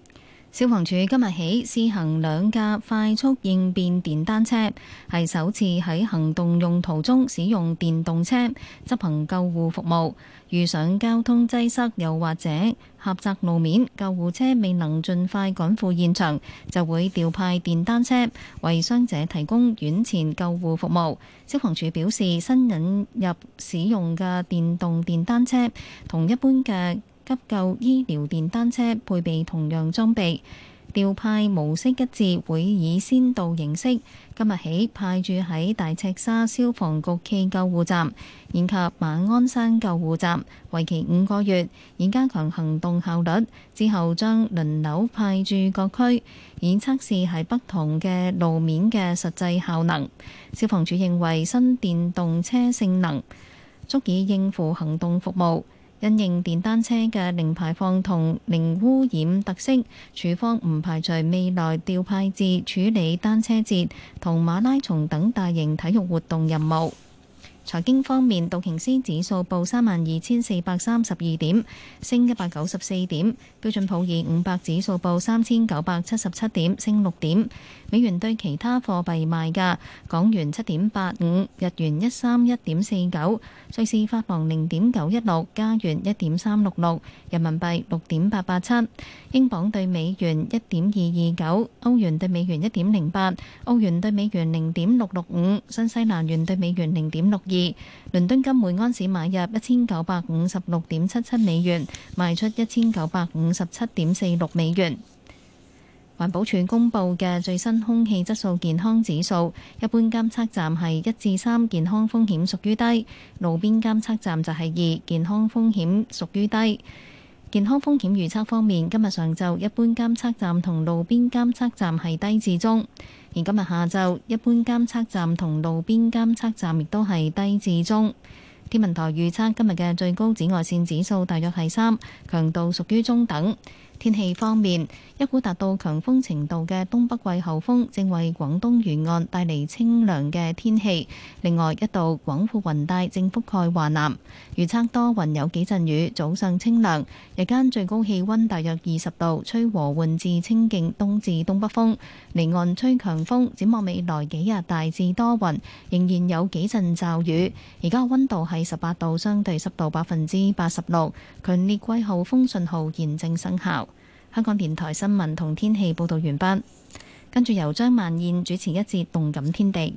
消防處今日起試行兩架快速應變電單車，係首次喺行動用途中使用電動車執行救護服務。遇上交通擠塞又或者狹窄路面，救護車未能盡快趕赴現場，就會調派電單車為傷者提供院前救護服務。消防處表示，新引入使用嘅電動電單車同一般嘅急救醫療電單車配備同樣裝備，調派模式一致，會以先導形式今日起派駐喺大赤沙消防局暨救護站以及馬鞍山救護站，為期五個月，以加強行動效率。之後將輪流派駐各區，以測試喺不同嘅路面嘅實際效能。消防處認為新電動車性能足以應付行動服務。因應電單車嘅零排放同零污染特色，處方唔排除未來調派至處理單車節同馬拉松等大型體育活動任務。財經方面，道瓊斯指數報三萬二千四百三十二點，升一百九十四點；標準普爾五百指數報三千九百七十七點，升六點。美元對其他貨幣賣價：港元七點八五，日元一三一點四九，瑞士法郎零點九一六，加元一點三六六，人民幣六點八八七，英鎊對美元一點二二九，歐元對美元一點零八，澳元對美元零點六六五，新西蘭元對美元零點六二。倫敦金每安士買入一千九百五十六點七七美元，賣出一千九百五十七點四六美元。環保署公布嘅最新空氣質素健康指數，一般監測站係一至三，健康風險屬於低；路邊監測站就係二，健康風險屬於低。健康風險預測方面，今日上晝一般監測站同路邊監測站係低至中，而今日下晝一般監測站同路邊監測站亦都係低至中。天文台預測今日嘅最高紫外線指數大約係三，強度屬於中等。天氣方面，一股達到強風程度嘅東北季候風正為廣東沿岸帶嚟清涼嘅天氣。另外，一道廣闊雲帶正覆蓋華南，預測多雲有幾陣雨，早上清涼，日間最高氣溫大約二十度，吹和緩至清勁東至東北風，離岸吹強風。展望未來幾日大致多雲，仍然有幾陣驟雨。而家溫度係十八度，相對濕度百分之八十六，強烈季候風信號現正生效。香港電台新聞同天氣報道完畢，跟住由張萬燕主持一節動感天地。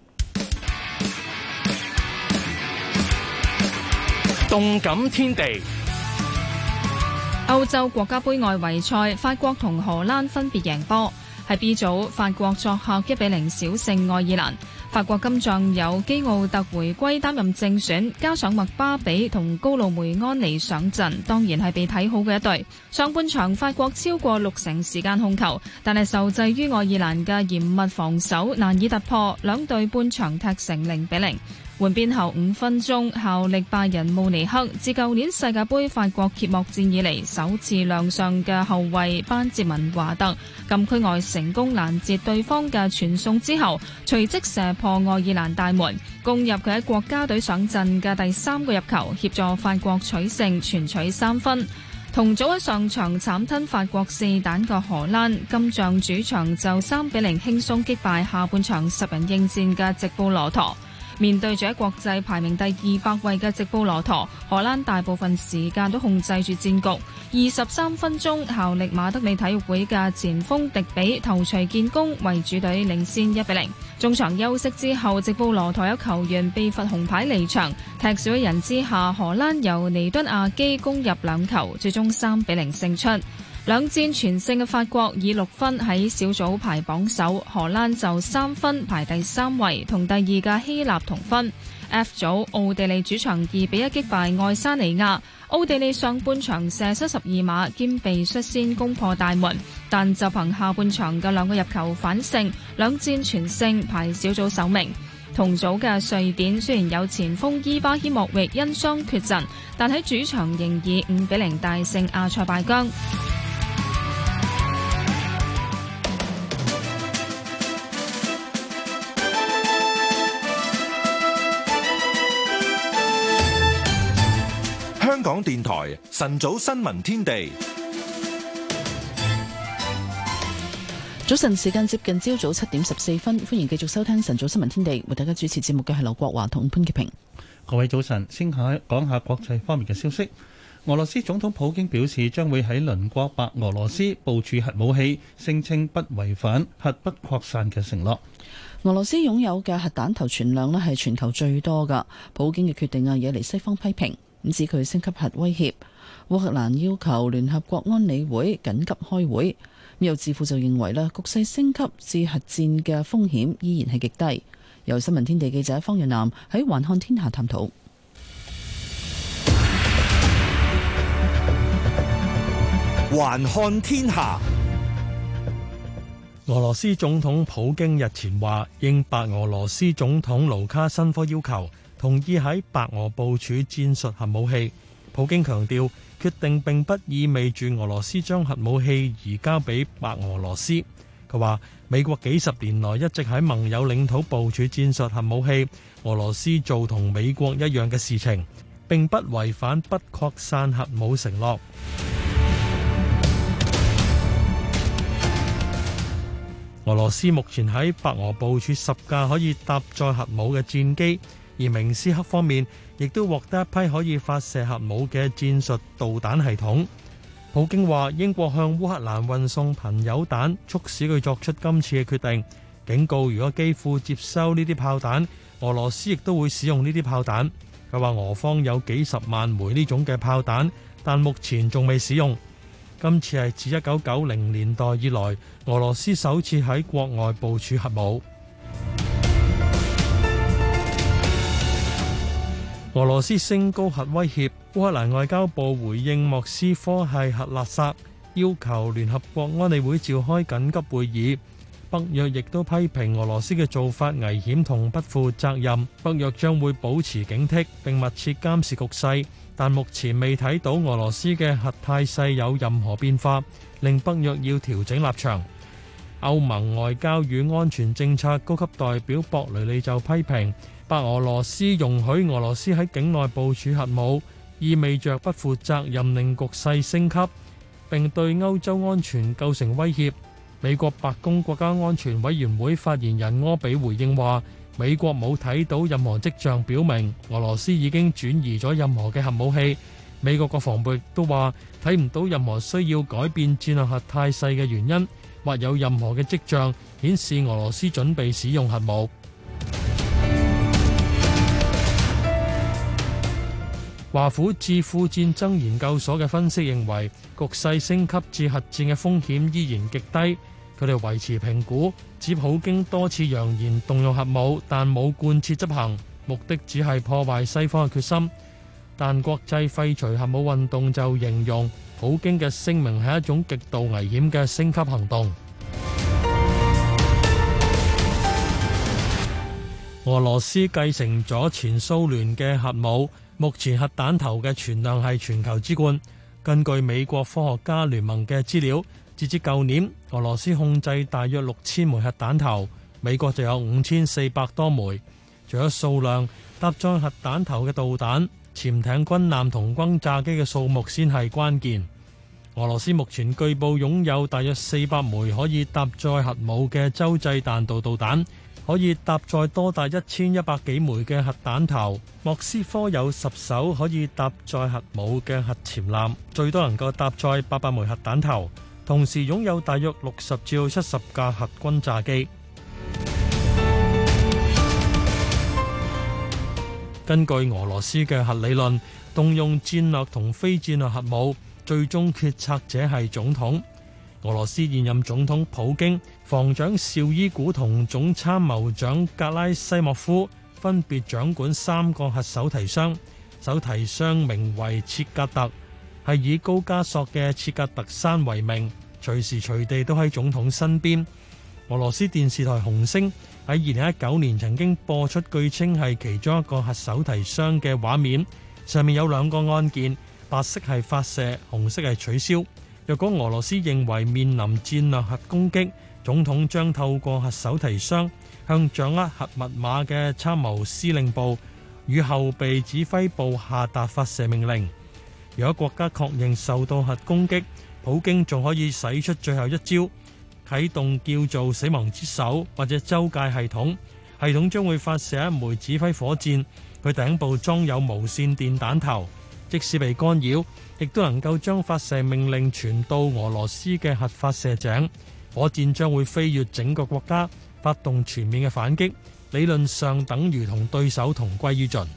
動感天地， 歐洲國家盃外圍賽，法國同荷蘭分別贏波。喺 B 組，法國作客一比零小勝愛爾蘭。法國金將有基奧特回歸擔任正選，加上麥巴比同高路梅安尼上陣，當然係被睇好嘅一隊。上半場法國超過六成時間控球，但係受制於愛爾蘭嘅嚴密防守，難以突破，兩隊半場踢成零比零。換邊後五分鐘，效力拜仁慕尼黑自舊年世界盃法國揭幕戰以嚟首次亮相嘅後衛班哲文華特，禁區外成功攔截對方嘅傳送之後，隨即射破愛爾蘭大門，攻入佢喺國家隊上陣嘅第三個入球，協助法國取勝，全取三分。同組喺上場慘吞法國四蛋嘅荷蘭，金像主場就三比零輕鬆擊敗下半場十人應戰嘅直布羅陀。面對住喺國際排名第二百位嘅直布羅陀，荷蘭大部分時間都控制住戰局。二十三分鐘，效力馬德里體育會嘅前鋒迪比頭槌建功，為主隊領先一比零。中場休息之後，直布羅陀有球員被罰紅牌離場，踢少一人之下，荷蘭由尼敦亞基攻入兩球，最終三比零勝出。兩戰全勝嘅法國以六分喺小組排榜首，荷蘭就三分排第三位，同第二嘅希臘同分。F 組奧地利主場二比一擊敗愛沙尼亞，奧地利上半場射失十二碼兼被率先攻破大門，但就憑下半場嘅兩個入球反勝，兩戰全勝排小組首名。同組嘅瑞典雖然有前鋒伊巴希莫域因傷缺陣，但喺主場仍以五比零大勝阿塞拜疆。 香港電台晨早新聞天地， 早晨時間接近朝早七點十四分，歡迎繼續收聽晨早新聞天地，為大家主持節目嘅係劉國華同潘潔平。 各位早晨，先下講下國際方面嘅消息。俄羅斯總統普京表示將會喺鄰國白俄羅斯部署核武器，聲稱不違反核不擴散嘅承諾。 俄羅斯擁有嘅核彈頭存量咧係全球最多噶，普京嘅決定啊惹嚟西方批評，咁指佢升級核威脅。烏克蘭要求聯合國安理會緊急開會。有智庫就認為咧，局勢升級至核戰嘅風險依然係極低。由新聞天地記者方若南喺環看天下探討。 環看天下。 俄羅斯總統普京日前話，應白俄羅斯總統盧卡申科要求，同意喺白俄部署戰術核武器。普京強調，決定並不意味住俄羅斯將核武器移交俾白俄羅斯。佢話，美國幾十年來一直喺盟友領土部署戰術核武器，俄羅斯做同美國一樣嘅事情，並不違反不擴散核武承諾。俄羅斯目前喺白俄部署十架可以搭載核武嘅戰機，而明斯克方面亦都獲得一批可以發射核武嘅戰術導彈系統。普京話英國向烏克蘭運送貧鈾彈，促使佢作出今次嘅決定，警告如果基輔接收呢啲炮彈，俄羅斯亦都會使用呢啲炮彈。佢話俄方有幾十萬枚呢種嘅炮彈，但目前仲未使用。今次係自一九九零年代以來，俄羅斯首次喺國外部署核武。俄羅斯升高核威脅，烏克蘭外交部回應莫斯科係核勒索，要求聯合國安理會召開緊急會議。北約亦都批評俄羅斯嘅做法危險同不負責任，北約將會保持警惕並密切監視局勢。但目前未睇到俄羅斯嘅核態勢有任何變化，令北約要調整立場。歐盟外交與安全政策高級代表博雷利就批評白俄羅斯容許俄羅斯喺境內部署核武，意味着不負責任，令局勢升級，並對歐洲安全構成威脅。美國白宮國家安全委員會發言人柯比回應話，美國冇睇到任何跡象表明俄羅斯已經轉移咗任何嘅核武器。美國國防部亦都話睇唔到任何需要改變戰略核態勢嘅原因，或有任何嘅跡象顯示俄羅斯準備使用核武。華府智庫戰爭研究所嘅分析認為，局勢升級至核戰嘅風險依然極低。佢哋維持評估，指普京多次揚言動用核武，但冇貫徹執行，目的只係破壞西方嘅決心。但國際廢除核武運動就形容普京嘅聲明係一種極度危險嘅升級行動。俄羅斯繼承咗前蘇聯嘅核武，目前核彈頭嘅存量係全球之冠。根據美國科學家聯盟嘅資料，截至舊年，俄羅斯控制大約六千枚核彈頭，美國就有五千四百多枚。除咗數量，搭載核彈頭嘅導彈、潛艇、軍艦同轟炸機嘅數目先係關鍵。俄羅斯目前據報擁有大約四百枚可以搭載核武嘅洲際彈道導彈，可以搭載多達一千一百幾枚嘅核彈頭。莫斯科有十艘可以搭載核武嘅核潛艦，最多能夠搭載八百枚核彈頭。同時擁有大約六十至七十架核轟炸機。根據俄羅斯嘅核理論，動用戰略同非戰略核武，最終決策者係總統。俄羅斯現任總統普京、防長紹伊古同總參謀長格拉西莫夫分別掌管三個核手提箱，手提箱名為切格特，係以高加索嘅切格特山為名，隨時隨地都喺總統身邊。俄羅斯電視台紅星喺二零一九年曾經播出據稱係其中一個核手提箱嘅畫面，上面有兩個按鍵，白色係發射，紅色係取消。若果俄羅斯認為面臨戰略核攻擊，總統將透過核手提箱向掌握核密碼嘅參謀司令部與後備指揮部下達發射命令。如果國家確認受到核攻擊，普京仲可以使出最後一招， 啟動叫做死亡之手或者周界系統，系統將會發射一枚指揮火箭，佢頂部裝有無線電彈頭，即使被干擾，亦都能夠將發射命令傳到俄羅斯嘅核發射井。火箭將會飛越整個國家，發動全面嘅反擊，理論上等於同對手同歸於盡。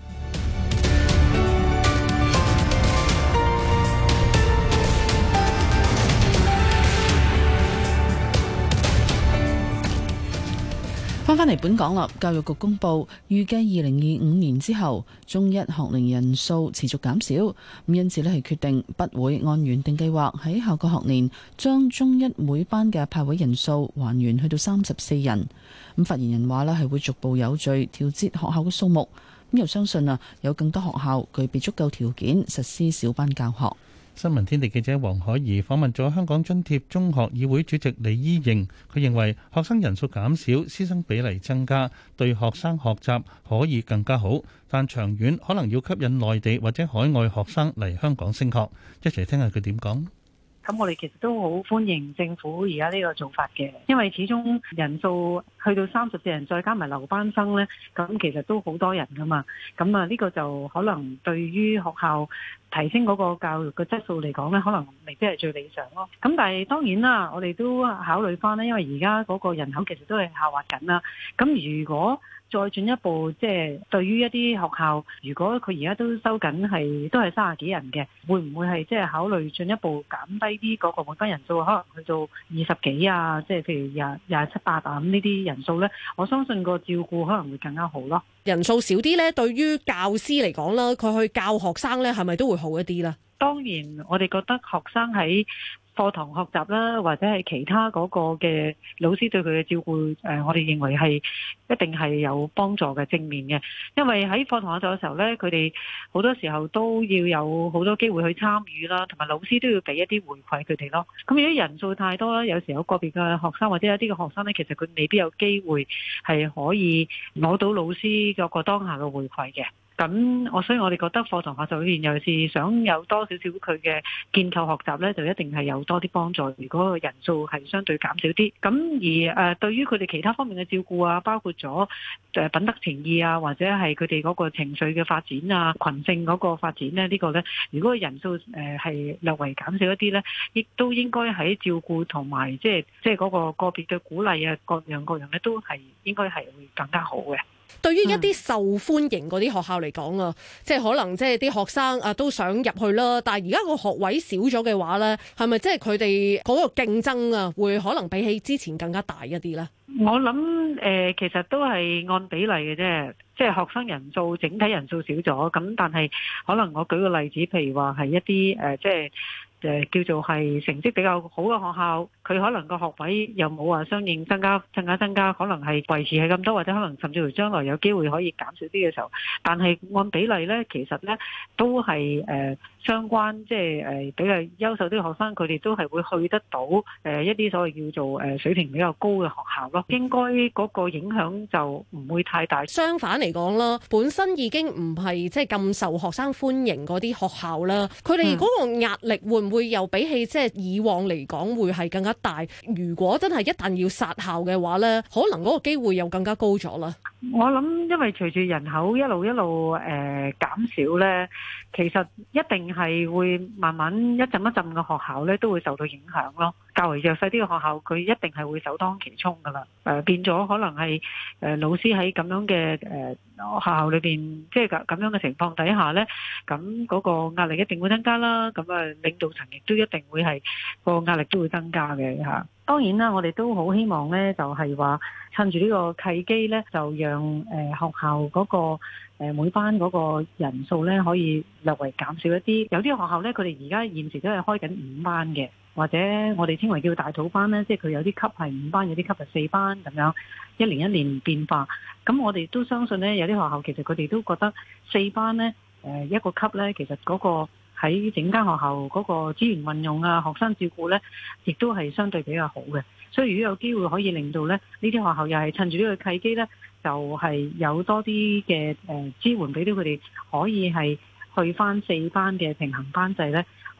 翻返嚟本港啦，教育局公布預計二零二五年之後，中一學齡人數持續減少，咁因此呢係決定不會按原定計劃喺下個學年將中一每班嘅派位人數還原去到三十四人。咁發言人話呢係會逐步有序調節學校嘅數目，咁又相信啊有更多學校具備足夠條件實施小班教學。 新聞天地記者黃海怡訪問咗香港津貼中學議會主席李依瑩，佢認為學生人數減少，師生比例增加，對學生學習可以更加好，但長遠可能要吸引內地或者海外學生嚟香港升學。一齊聽下佢點講。 咁我哋其實都好歡迎政府而家呢個做法嘅，因為始終人數去到三十四人，再加埋留班生呢，咁其實都好多人噶嘛。咁啊，呢個就可能對於學校提升嗰個教育嘅質素嚟講呢，可能未必係最理想咯。咁但係當然啦，我哋都考慮翻呢，因為而家嗰個人口其實都係下滑緊啦。咁如果再進一步，即係對於一啲學校，如果佢而家都收緊係都係三十幾人嘅，會唔會係即係考慮進一步減低啲嗰個每班人數，可能去到二十幾啊？即係譬如廿廿七八啊咁呢啲人數呢，我相信個照顧可能會更加好咯。 人數少啲呢，對於教師嚟講啦，佢去教學生呢，係咪都會好一啲呢？ 當然，我哋覺得學生喺課堂學習啦，或者係其他嗰個嘅老師對佢嘅照顧，誒，我哋認為係一定係有幫助嘅，正面嘅。因為喺課堂學習嘅時候呢，佢哋好多時候都要有好多機會去參與啦，同埋老師都要俾一啲回饋佢哋咯。咁如果人數太多啦，有時有個別嘅學生或者有啲嘅學生呢，其實佢未必有機會係可以攞到老師嗰個當下嘅回饋嘅。咁我所以我哋覺得課堂學習裏面，尤其是想有多少少佢嘅建構學習呢，就一定係有多啲幫助。如果個人數係相對減少啲，咁而誒對於佢哋其他方面嘅照顧啊，包括咗誒品德情義啊，或者係佢哋嗰個情緒嘅發展啊、群性嗰個發展呢，呢個呢，如果人數誒係略為減少一啲呢，亦都應該喺照顧同埋即係即係嗰個個別嘅鼓勵啊，各樣各樣呢，都係應該係會更加好嘅。 對於一啲受歡迎嗰啲學校嚟講啊，即係可能即係啲學生啊都想入去啦，但係而家個學位少咗嘅話呢，係咪即係佢哋嗰個競爭啊，會可能比起之前更加大一啲呢？ 我諗誒、呃，其實都係按比例嘅啫，即係學生人數整體人數少咗，咁但係可能我舉個例子，譬如話係一啲誒、呃，即係。誒叫做係成績比較好嘅學校，佢可能個學位又冇話相應增加、增加、增加，可能係維持係咁多，或者可能甚至乎將來有機會可以減少啲嘅時候，但係按比例呢，其實呢都係誒、呃、相關，即係誒比較優秀啲嘅學生，佢哋都係會去得到誒、呃、一啲所謂叫做誒水平比較高嘅學校咯。應該嗰個影響就唔會太大。 相反嚟講啦，本身已經唔係即係咁受學生歡迎嗰啲學校啦，佢哋嗰個壓力會唔會又比起即係以往嚟講會係更加大？如果真係一旦要殺校嘅話呢，可能嗰個機會又更加高咗啦。 我諗因為隨住人口一路一路誒、呃、減少呢，其實一定係會慢慢一陣一陣嘅學校呢都會受到影響咯。較為弱勢啲嘅學校，佢一定係會首當其衝噶啦。誒、呃、變咗可能係誒、呃、老師喺咁樣嘅誒、呃、學校裏邊，即係咁咁樣嘅情況底下呢，咁嗰個壓力一定會增加啦。咁啊，領導層亦都一定會係個壓力都會增加嘅嚇。當然啦，我哋都好希望呢，就係話趁住呢個契機呢，就讓誒、呃、學校嗰、那個、呃、每班嗰個人數呢，可以略為減少一啲。有啲學校呢，佢哋而家現時都係開緊五班嘅，或者我哋稱為叫大肚班呢，即係佢有啲級係五班，有啲級係四班咁樣，一年一年變化。咁我哋都相信呢，有啲學校其實佢哋都覺得四班呢，誒、呃、一個級呢，其實嗰、那個喺整間學校嗰個資源運用啊、學生照顧呢，亦都係相對比較好嘅。所以如果有機會可以令到呢呢啲學校又係趁住呢個契機呢，就係、是、有多啲嘅誒支援俾到佢哋，可以係去返四班嘅平衡班制呢。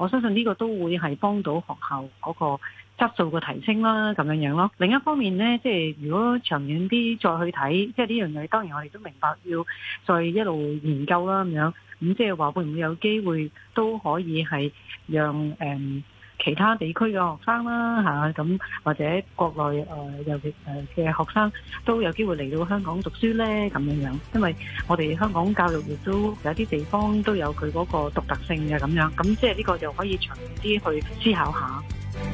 我相信呢個都會係幫到學校嗰個質素嘅提升啦，咁樣樣咯。另一方面呢，即係如果長遠啲再去睇，即係呢樣嘢，當然我哋都明白要再一路研究啦，咁樣咁即係話會唔會有機會都可以係讓誒、嗯其他地區嘅學生啦嚇，咁、啊、或者國內誒、呃、尤其誒嘅學生都有機會嚟到香港讀書咧，咁樣樣，因為我哋香港教育亦都有啲地方都有佢嗰個獨特性嘅咁樣，咁即係呢個就可以長遠啲去思考下。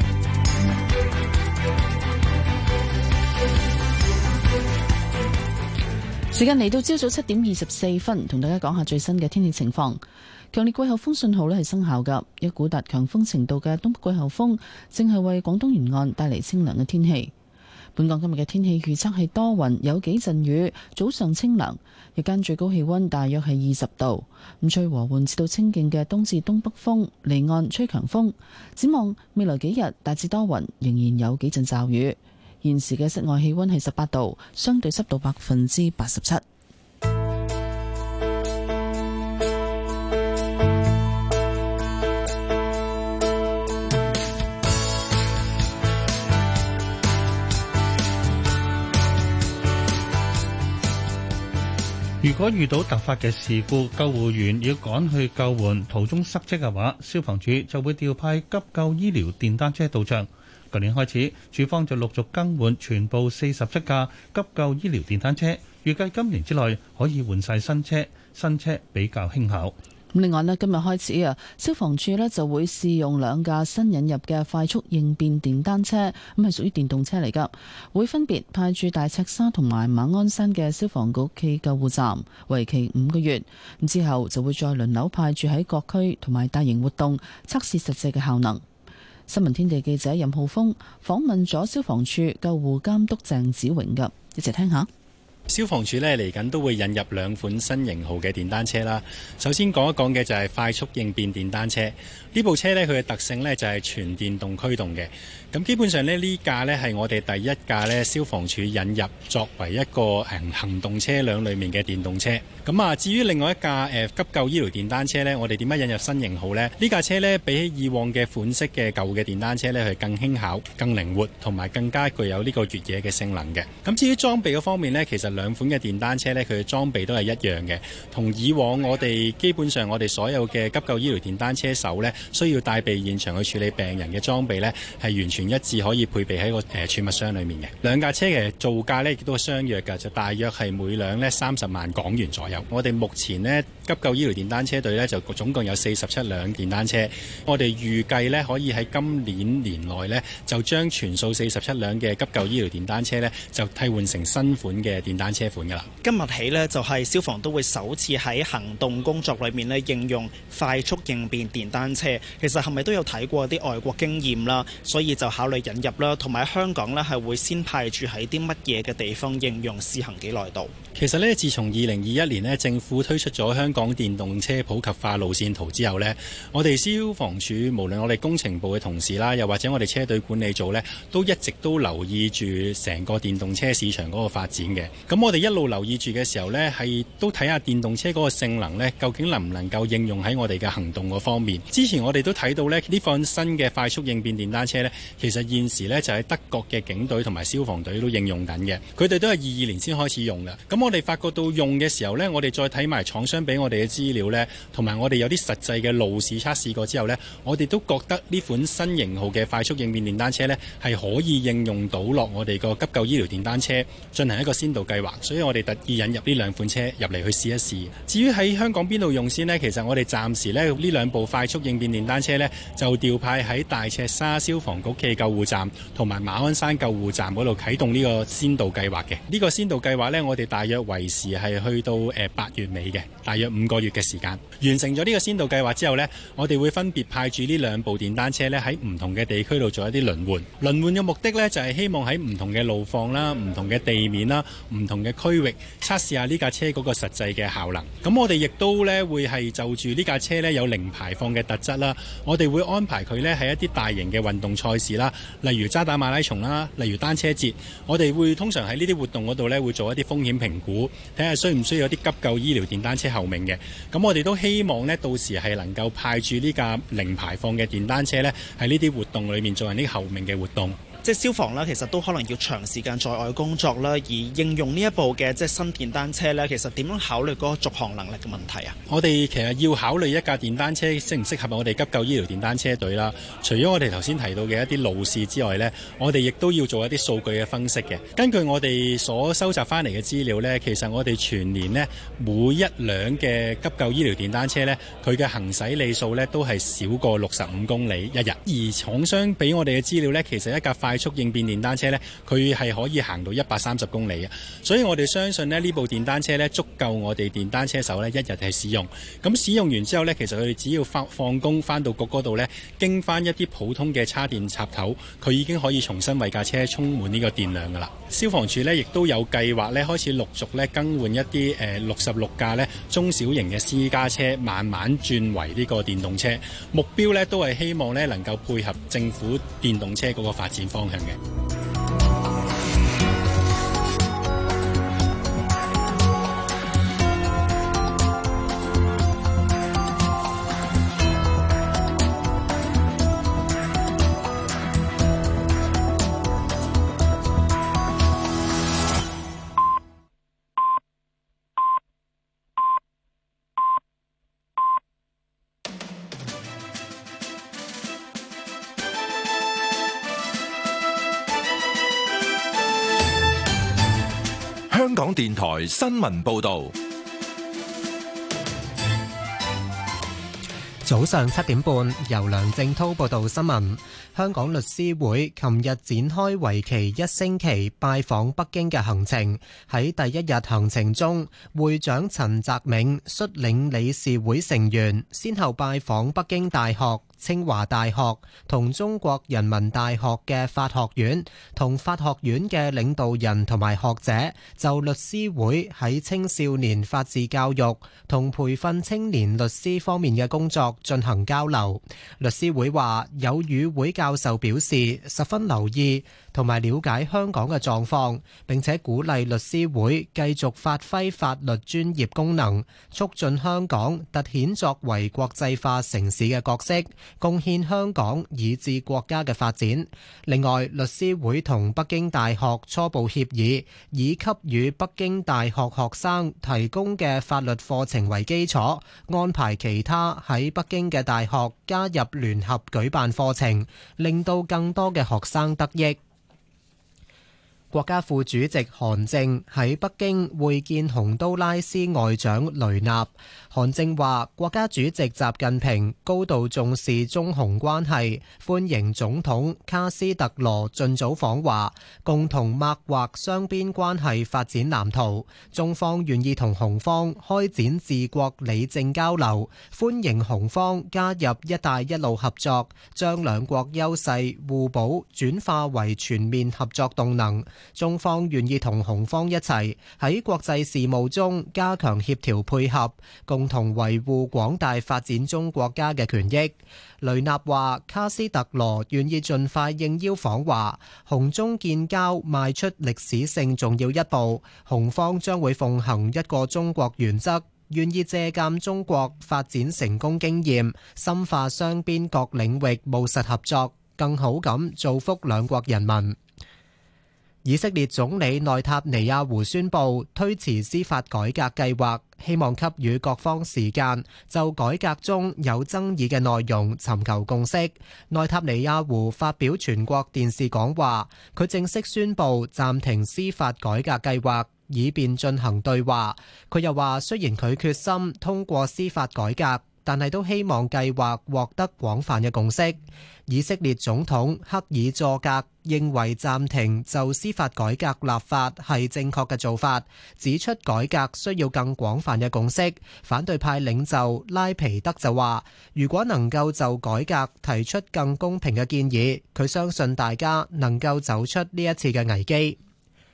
時間嚟到朝早七點二十四分，同大家講下最新嘅天氣情況。強烈季候風信號咧係生效㗎，一股達強風程度嘅東北季候風正係為廣東沿岸帶嚟清涼嘅天氣。本港今日嘅天氣預測係多雲，有幾陣雨，早上清涼，日間最高氣溫大約係二十度，咁吹和緩至到清勁嘅東至東北風，離岸吹強風。展望未來幾日大致多雲，仍然有幾陣驟雨。現時嘅室外氣溫係十八度，相對濕度百分之八十七。 如果遇到突發嘅事故，救護員要趕去救援，途中塞車嘅話，消防處就會調派急救醫療電單車到場。舊年開始，處方就陸續更換全部四十七架急救醫療電單車，預計今年之內可以換晒新車，新車比較輕巧。 另外咧，今日開始啊，消防處咧就會試用兩架新引入嘅快速應變電單車，咁係屬於電動車嚟㗎，會分別派駐大赤沙同埋馬鞍山嘅消防局暨救護站，為期五個月。咁之後就會再輪流派駐喺各區同埋大型活動，測試實際嘅效能。新聞天地記者任浩峰訪問咗消防處救護監督鄭子榮㗎，一齊聽下。 消防處呢嚟緊都會引入兩款新型號嘅電單車啦。首先講一講嘅就係快速應變電單車。呢部車呢，佢嘅特性呢就係全電動驅動嘅。咁基本上呢，呢架呢係我哋第一架呢消防處引入作為一個行動車輛裡面嘅電動車。咁啊，至於另外一架誒急救醫療電單車呢，我哋點解引入新型號呢？呢架車呢，比起以往嘅款式嘅舊嘅電單車呢，係更輕巧、更靈活，同埋更加具有呢個越野嘅性能嘅。咁至於裝備嗰方面呢，其實兩款嘅電單車呢，佢嘅裝備都係一樣嘅，同以往我哋基本上我哋所有嘅急救醫療電單車手呢，需要帶備現場去處理病人嘅裝備呢，係完全一致可以配備喺個誒儲物箱裡面嘅。兩架車嘅造價呢，亦都係相約㗎，就大約係每輛呢三十萬港元左右。我哋目前呢，急救醫療電單車隊呢，就總共有四十七輛電單車，我哋預計呢，可以喺今年年內呢，就將全數四十七輛嘅急救醫療電單車呢，就替換成新款嘅電單車款㗎啦。 今日起呢，就係消防都會首次喺行動工作裏面呢，應用快速應變電單車。其實係咪都有睇過啲外國經驗啦？所以就考慮引入啦，同埋香港呢，係會先派駐喺啲乜嘢嘅地方應用，試行幾耐度？ 其實呢，自從二零二一年呢，政府推出咗香港電動車普及化路線圖之後呢，我哋消防處無論我哋工程部嘅同事啦，又或者我哋車隊管理組呢，都一直都留意住成個電動車市場嗰個發展嘅。咁我哋一路留意住嘅時候呢，係都睇下電動車嗰個性能呢，究竟能唔能夠應用喺我哋嘅行動嗰方面。之前我哋都睇到呢，呢款新嘅快速應變電單車呢，其實現時呢，就喺德國嘅警隊同埋消防隊都應用緊嘅，佢哋都係二二年先開始用嘅。咁我哋發覺到用嘅時候呢，我哋再睇埋廠商俾我哋嘅資料呢，同埋我哋有啲實際嘅路試測試過之後呢，我哋都覺得呢款新型號嘅快速應變電單車呢，係可以應用到落我哋個急救醫療電單車進行一個先導計劃，所以我哋特意引入呢兩款車入嚟去試一試。至於喺香港邊度用先呢？其實我哋暫時呢，呢兩部快速應變電單車呢，就調派喺大赤沙消防局暨救護站同埋馬鞍山救護站嗰度啟動呢個先導計劃嘅。呢、呢個先導計劃呢，我哋大約維持係去到誒八月尾嘅，大約五個月嘅時間。完成咗呢個先導計劃之後呢，我哋會分別派駐呢兩部電單車呢，喺唔同嘅地區度做一啲輪換。輪換嘅目的呢，就係希望喺唔同嘅路況啦、唔同嘅地面啦、唔同嘅區域測試下呢架車嗰個實際嘅效能。咁我哋亦都呢會係就住呢架車呢有零排放嘅特質啦，我哋會安排佢呢喺一啲大型嘅運動賽事啦，例如渣打馬拉松啦，例如單車節，我哋會通常喺呢啲活動嗰度呢會做一啲風險評估，睇下需唔需要有啲急救醫療電單車後面嘅。咁我哋都希望呢到時係能夠派住呢架零排放嘅電單車呢喺呢啲活動裏面做人啲後面嘅活動。 即係消防啦，其實都可能要長時間在外工作啦，而應用呢一部嘅即係新電單車呢，其實點樣考慮嗰個續航能力嘅問題啊？ 我哋其實要考慮一架電單車適唔適合我哋急救醫療電單車隊啦。除咗我哋頭先提到嘅一啲路試之外呢，我哋亦都要做一啲數據嘅分析嘅。根據我哋所收集翻嚟嘅資料呢，其實我哋全年呢每一輛嘅急救醫療電單車呢，佢嘅行駛里數呢都係少過六十五公里一日。而廠商俾我哋嘅資料呢，其實一架快速應變電單車呢，佢係可以行到一百三十公里嘅，所以我哋相信呢，呢部電單車呢，足夠我哋電單車手呢一日係使用。咁使用完之後呢，其實佢哋只要放放工翻到局嗰度呢，經翻一啲普通嘅叉電插頭，佢已經可以重新為架車充滿呢個電量噶啦。消防處呢亦都有計劃呢，開始陸續呢更換一啲誒六十六架呢中小型嘅私家車，慢慢轉為呢個電動車。目標呢都係希望呢能夠配合政府電動車嗰個發展方向嘅。 香港電台新聞報道。 早上七點半，由梁正滔報道新聞。香港律師會琴日展開為期一星期拜訪北京嘅行程。喺第一日行程中，會長陳澤銘率領理事會成員先後拜訪北京大學、清華大學同中國人民大學嘅法學院，同法學院嘅領導人同埋學者就律師會喺青少年法治教育同培訓青年律師方面嘅工作進行交流。律師會話有與會教授表示十分留意同埋了解香港嘅狀況，並且鼓勵律師會繼續發揮法律專業功能，促進香港凸顯作為國際化城市嘅角色，貢獻香港以至國家嘅發展。另外，律師會同北京大學初步協議，以給予北京大學學生提供嘅法律課程為基礎，安排其他喺北京嘅大學加入聯合舉辦課程，令到更多嘅學生得益。國家副主席韓正喺北京會見洪都拉斯外長雷納。韓正話：國家主席習近平高度重視中洪關係，歡迎總統卡斯特羅盡早訪華，共同擘劃雙邊關係發展藍圖。中方願意同洪方開展治國理政交流，歡迎洪方加入一帶一路合作，將兩國優勢互補轉化為全面合作動能。中方願意同洪方一齊喺國際事務中加強協調配合，共同維護廣大發展中國家嘅權益。雷納話：卡斯特羅願意盡快應邀訪華，洪中建交邁出歷史性重要一步。洪方將會奉行一個中國原則，願意借鑑中國發展成功經驗，深化雙邊各領域務實合作，更好咁造福兩國人民。以色列總理內塔尼亞胡宣布推遲司法改革計劃，希望給予各方時間就改革中有爭議嘅內容尋求共識。內塔尼亞胡發表全國電視講話，佢正式宣布暫停司法改革計劃，以便進行對話。佢又話，雖然佢決心通過司法改革，但係都希望計劃獲得廣泛嘅共識。以色列總統克爾佐格認為暫停就司法改革立法係正確嘅做法，指出改革需要更廣泛嘅共識。反對派領袖拉皮德就話，如果能夠就改革提出更公平嘅建議，佢相信大家能夠走出呢一次嘅危機。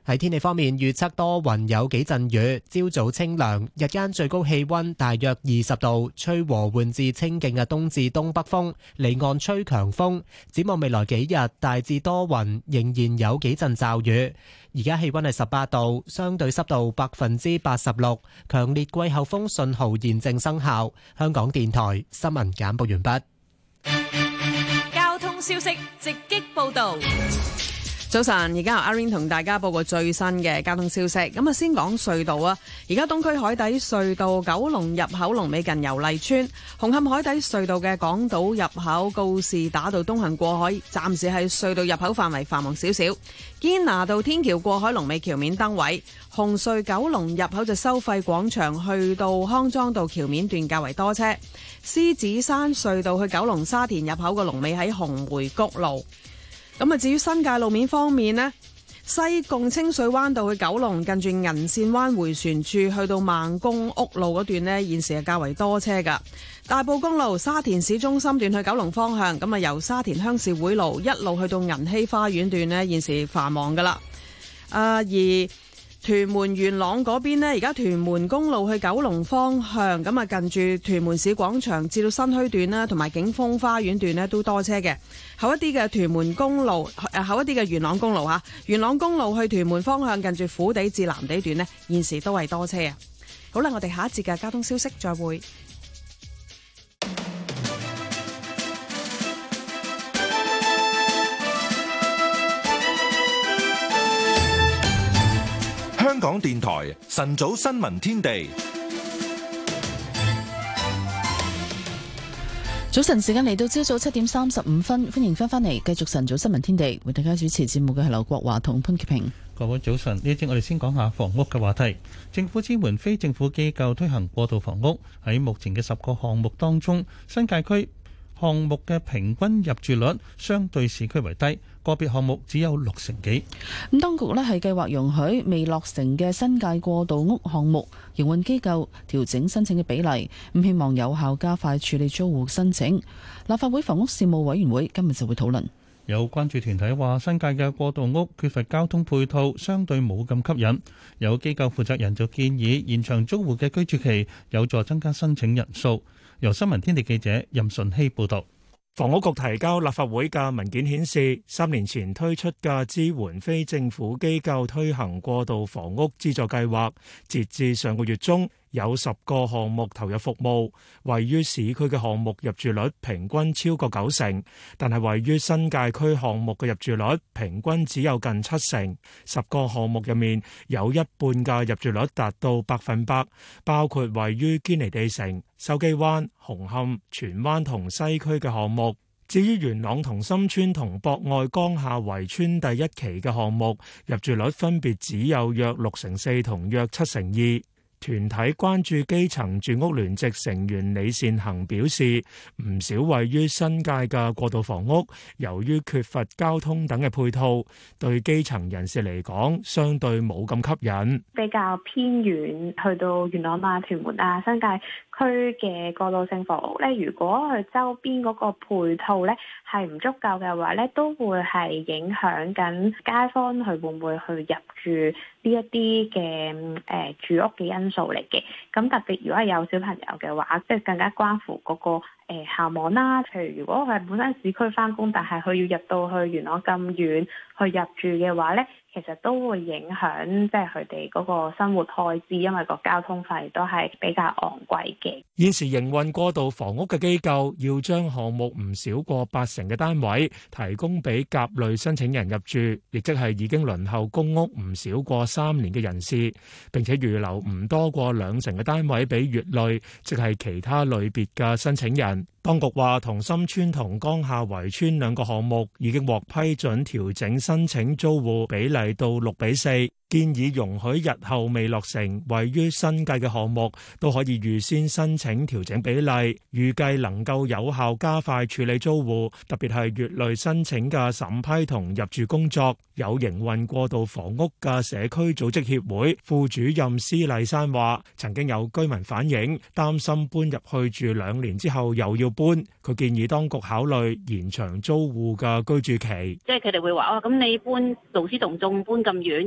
喺天氣方面，預測多雲有幾陣雨，朝早清涼，日間最高氣溫大約二十度，吹和緩至清勁嘅東至東北風，離岸吹強風。展望未來幾日，大致多雲，仍然有幾陣驟雨。而家氣溫係十八度，相對濕度百分之八十六，強烈季候風信號現正生效。香港電台新聞簡報完畢。 交通消息直擊報道。 早晨，而家由阿 Ring 同大家報告最新嘅交通消息。咁啊，先講隧道啊。而家東區海底隧道九龍入口龍尾近油麗邨，紅磡海底隧道嘅港島入口告士打道東行過海，暫時係隧道入口範圍繁忙少少。堅拿道天橋過海龍尾橋面燈位，紅隧九龍入口就收費廣場去到康莊道橋面段較為多車。獅子山隧道去九龍沙田入口個龍尾喺紅梅谷路。咁啊，至於新界路面方面呢，西貢清水灣道去九龍近住銀線灣迴旋處去到孟公屋路嗰段呢，現時係較為多車噶。大埔公路沙田市中心段去九龍方向，咁啊由沙田鄉事會路一路去到銀禧花園段呢，現時繁忙噶啦。啊，而屯門元朗嗰邊呢，而家屯門公路去九龍方向，咁啊近住屯門市廣場至到新墟段啦，同埋景豐花園段呢都多車嘅。後一啲嘅屯門公路，誒後一啲嘅元朗公路吓，元朗公路去屯門方向近住虎地至藍地段呢，現時都係多車啊。好啦，我哋下一節嘅交通消息再會。 香港電台晨早新聞天地。 早晨時間嚟到朝早七點三十五分，歡迎翻返嚟繼續晨早新聞天地，為大家主持節目嘅係劉國華同潘潔平。 各位早晨，呢一節我哋先講下房屋嘅話題。政府支援非政府機構推行過渡房屋，喺目前嘅十個項目當中，新界區項目嘅平均入住率相對市區為低，個別項目只有六成幾。 咁當局呢係計劃容許未落成嘅新界過渡屋項目營運機構調整申請嘅比例，咁希望有效加快處理租戶申請。立法會房屋事務委員會今日就會討論。 有關注團體話，新界嘅過渡屋缺乏交通配套，相對冇咁吸引。有機構負責人就建議延長租戶嘅居住期，有助增加申請人數。由新聞天地記者任順希報道。 房屋局提交立法會嘅文件顯示，三年前推出嘅支援非政府機構推行過渡房屋資助計劃，截至上個月中，有十個項目投入服務，位於市區嘅項目入住率平均超過九成，但係位於新界區項目嘅入住率平均只有近七成。十個項目入面有一半嘅入住率達到百分百，包括位於堅尼地城、筲箕灣、紅磡、荃灣同西區嘅項目。至於元朗同深村同博愛江夏圍村第一期嘅項目，入住率分別只有約六成四同約七成二。團體關注基層住屋聯席成員李善行表示，唔少位於新界嘅過渡房屋，由於缺乏交通等嘅配套，對基層人士嚟講，相對冇咁吸引。 比較偏遠，去到元朗啊、屯門啊、新界區嘅過渡性房屋咧，如果佢周邊嗰個配套咧係唔足夠嘅話咧，都會係影響緊街坊佢會唔會去入住呢一啲嘅誒住屋嘅因素嚟嘅。咁特別如果係有小朋友嘅話，即係更加關乎嗰個誒校網啦。譬如如果佢係本身市區返工，但係佢要入到去元朗咁遠去入住嘅話咧，其實都會影響即係佢哋嗰個生活開支，因為個交通費都係比較昂貴嘅。 現時營運過渡房屋嘅機構要將項目唔少過八成嘅單位提供俾甲類申請人入住，亦即係已經輪候公屋唔少過三年嘅人士，並且預留唔多過兩成嘅單位俾乙類，即係其他類別嘅申請人。當局話，同心村同江夏圍村兩個項目已經獲批准調整申請租戶比例到六比四，建議容許日後未落成位於新界嘅項目都可以預先申請調整比例，預計能夠有效加快處理租戶，特別係乙類申請嘅審批同入住工作。有營運過渡房屋嘅社區組織協會副主任施麗珊話，曾經有居民反映擔心搬入去住兩年之後又要搬，佢建議當局考慮延長租戶嘅居住期。 即係佢哋會話哦，咁你搬勞思動眾搬咁遠，尤其是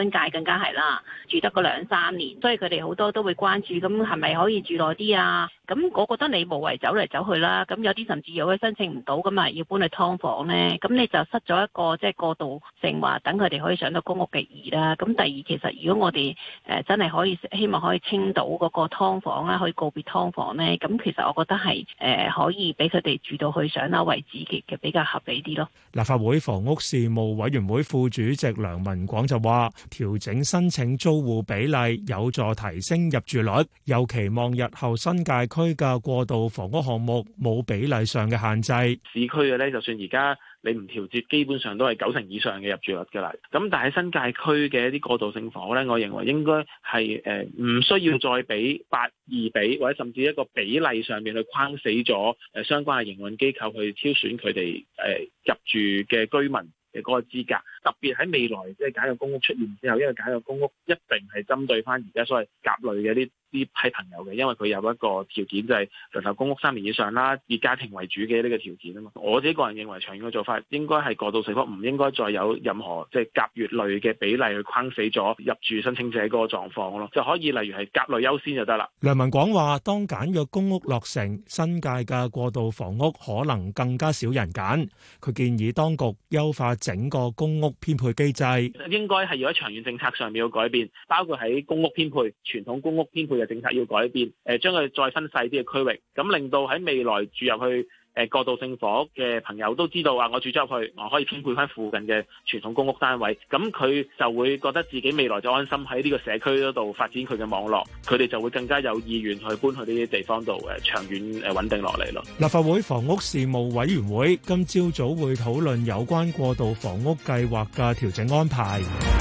新界更加係啦，住得嗰兩三年，所以佢哋好多都會關注，咁係咪可以住耐啲啊？咁我覺得你無謂走嚟走去啦，咁有啲甚至有啲申請唔到，咁啊要搬去劏房咧，咁你就失咗一個即係過渡性話等佢哋可以上到公屋嘅義啦。咁第二，其實如果我哋誒真係可以希望可以清到嗰個劏房啦，可以告別劏房咧，咁其實我覺得係誒可以俾佢哋住到去上樓為止嘅嘅比較合理啲咯。 立法會房屋事務委員會副主席梁文廣就話，調整申請租戶比例有助提升入住率，又期望日後新界區嘅過渡房屋項目冇比例上嘅限制。 市區嘅咧，就算而家你唔調節，基本上都係九成以上嘅入住率㗎啦。咁但係新界區嘅一啲過渡性房屋咧，我認為應該係誒唔需要再俾八二比，或者甚至一個比例上面去框死咗誒相關嘅營運機構去挑選佢哋誒入住嘅居民嘅嗰個資格。特別喺未來即係簡約公屋出現之後，因為簡約公屋一定係針對翻而家所謂甲類嘅呢啲批朋友嘅，因為佢有一個條件就係輪候公屋三年以上啦，以家庭為主嘅呢個條件啊嘛。我自己個人認為長遠嘅做法應該係過渡性房，唔應該再有任何即係甲乙類嘅比例去框死咗入住申請者嗰個狀況咯，就可以例如係甲類優先就得啦。 梁文廣話：當簡約公屋落成，新界嘅過渡房屋可能更加少人揀。佢建議當局優化整個公屋編配機制， 應該係要喺長遠政策上面要改變，包括喺公屋編配、傳統公屋編配嘅政策要改變，誒將佢再分細啲嘅區域，咁令到喺未來住入去誒過渡性房屋嘅朋友都知道啊，我住咗入去，我可以編配翻附近嘅傳統公屋單位，咁佢就會覺得自己未來就安心喺呢個社區嗰度發展佢嘅網絡，佢哋就會更加有意願去搬去呢啲地方度誒長遠誒穩定落嚟咯。 立法會房屋事務委員會今朝早會討論有關過渡房屋計劃嘅調整安排。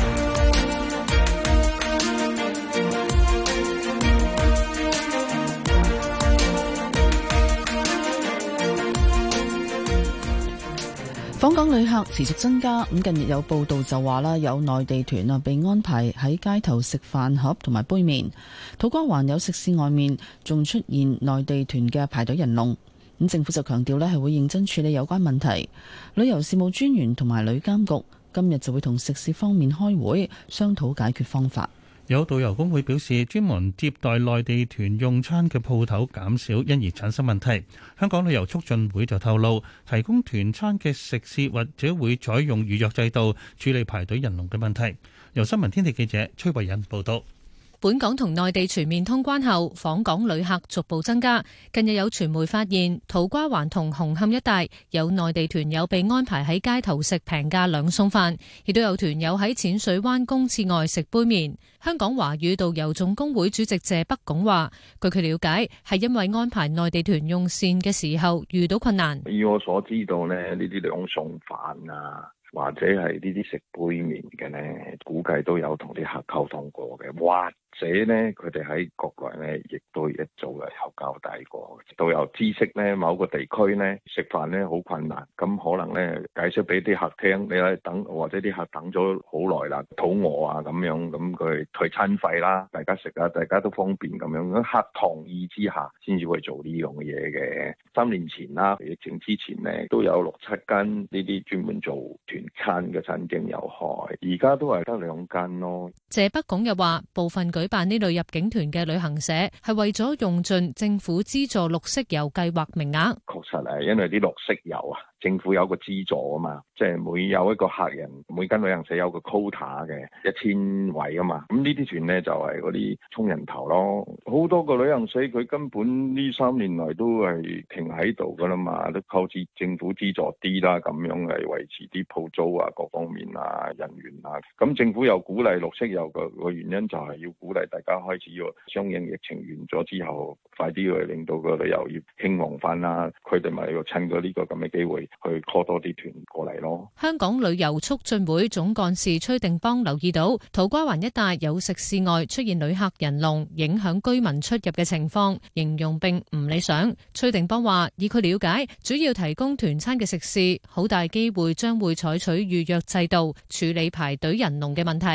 訪港旅客持續增加，咁近日有報道就話啦，有內地團啊被安排喺街頭食飯盒同埋杯麵，土瓜灣有食肆外面仲出現內地團嘅排隊人龍。咁政府就強調咧係會認真處理有關問題。旅遊事務專員同埋旅監局今日就會同食肆方面開會商討解決方法。 有導遊工會表示，專門接待內地團用餐嘅鋪頭減少，因而產生問題。香港旅遊促進會就透露，提供團餐嘅食肆或者會採用預約制度處理排隊人龍嘅問題。由新聞天地記者崔慧欣報道。 本港同內地全面通關後，訪港旅客逐步增加。近日有傳媒發現，土瓜灣同紅磡一帶有內地團友被安排喺街頭食平價兩餸飯，亦都有團友喺淺水灣公廁外食杯麵。香港華語導遊總工會主席謝北拱話，據佢了解，係因為安排內地團用膳嘅時候遇到困難。 以我所知道呢，呢啲兩餸飯啊，或者係呢啲食杯麵嘅呢，估計都有同啲客溝通過嘅，或者呢，佢哋喺國內呢，亦都一早係有交代過。導遊知悉呢，某個地區呢，食飯呢好困難，咁可能呢，解釋俾啲客聽，你喺等，或者啲客等咗好耐啦，肚餓啊咁樣，咁佢退餐費啦，大家食啊，大家都方便咁樣，客同意之下先至會做呢樣嘢嘅。三年前啦，疫情之前呢，都有六七間呢啲專門做團餐嘅餐廳有開，而家都係得兩間咯。 謝北拱又話，部分舉辦呢類入境團嘅旅行社係為咗用盡政府資助綠色遊計劃名額。 確實係因為啲綠色遊啊，政府有個資助啊嘛，即係每有一個客人，每間旅行社有個 quota 嘅一千位啊嘛。咁呢啲團呢，就係嗰啲充人頭咯。好多個旅行社佢根本呢三年來都係停喺度噶啦嘛，都靠住政府資助啲啦，咁樣嚟維持啲鋪租啊、各方面啊、人員啊。咁政府又鼓勵綠色遊嘅個原因就係要鼓勵大家開始要相應疫情完咗之後，快啲去令到個旅遊業興旺翻啦。佢哋咪要趁咗呢個咁嘅機會去 call 多啲團過嚟咯。 香港旅遊促進會總幹事崔定邦留意到，土瓜灣一帶有食肆外出現旅客人龍，影響居民出入嘅情況，形容並唔理想。崔定邦話：以佢了解，主要提供團餐嘅食肆，好大機會將會採取預約制度處理排隊人龍嘅問題。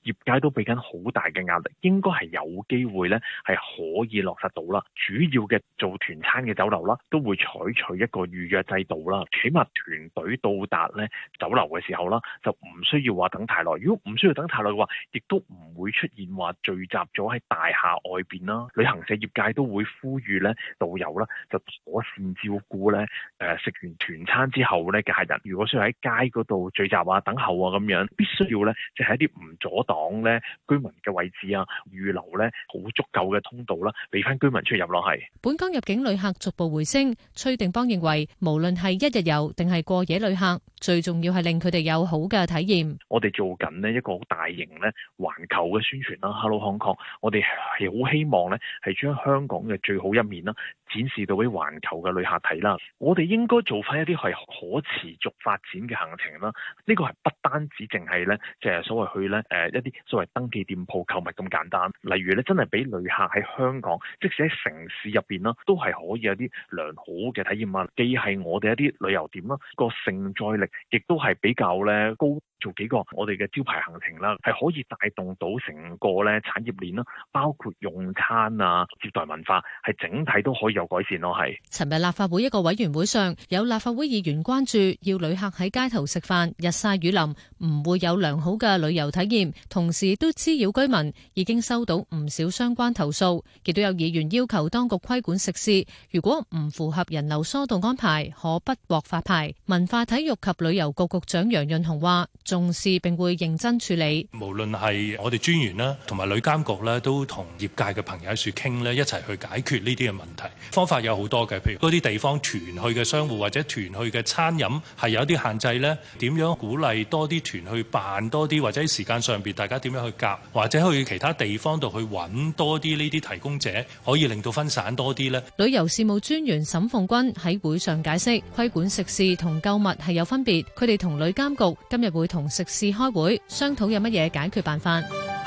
業界都俾緊好大嘅壓力，應該係有機會咧係可以落實到啦。主要嘅做團餐嘅酒樓啦，都會採取一個預約制度啦，起碼團隊到達咧酒樓嘅時候啦，就唔需要話等太耐。如果唔需要等太耐嘅話，亦都唔會出現話聚集咗喺大廈外邊啦。旅行社業界都會呼籲咧導遊啦，就妥善照顧咧誒食完團餐之後咧嘅客人，如果需要喺街嗰度聚集啊、等候啊咁樣，必須要咧即係一啲唔阻擋咧居民嘅位置啊，預留咧好足夠嘅通道啦，俾翻居民出入咯。係本港入境旅客逐步回升，崔定邦認為，無論係一日遊定係過夜旅客，最重要係令佢哋有好嘅體驗。 我哋做緊呢一個好大型咧環球嘅宣傳啦 ，Hello Hong Kong，我哋係好希望咧係將香港嘅最好一面啦，展示到俾環球嘅旅客睇啦。我哋應該做翻一啲係可持續發展嘅行程啦。呢個係不單止淨係咧，即係所謂去咧誒一啲所謂登記店鋪購物咁簡單。例如咧，真係俾旅客喺香港，即使喺城市入邊啦，都係可以有啲良好嘅體驗啊。既係我哋一啲旅遊點啦，個承載力亦都係比較咧高。做幾個我哋嘅招牌行程啦，係可以帶動到成個咧產業鏈啦，包括用餐啊、接待文化，係整體都可以有改善咯。係。 尋日立法會一個委員會上，有立法會議員關注，要旅客喺街頭食飯，日曬雨淋，唔會有良好嘅旅遊體驗，同時都滋擾居民，已經收到唔少相關投訴。亦都有議員要求當局規管食肆，如果唔符合人流疏導安排，可不獲發牌。文化體育及旅遊局局長楊潤雄話：重視並會認真處理。 無論係我哋專員啦，同埋旅監局咧，都同業界嘅朋友喺處傾咧，一齊去解決呢啲嘅問題。方法有好多嘅，譬如嗰啲地方團去嘅商戶或者團去嘅餐飲係有啲限制咧，點樣鼓勵多啲團去辦多啲，或者喺時間上邊大家點樣去夾，或者去其他地方度去揾多啲呢啲提供者，可以令到分散多啲咧。 旅遊事務專員沈鳳君喺會上解釋，規管食肆同購物係有分別，佢哋同旅監局今日會同食肆開會商討有乜嘢解決辦法。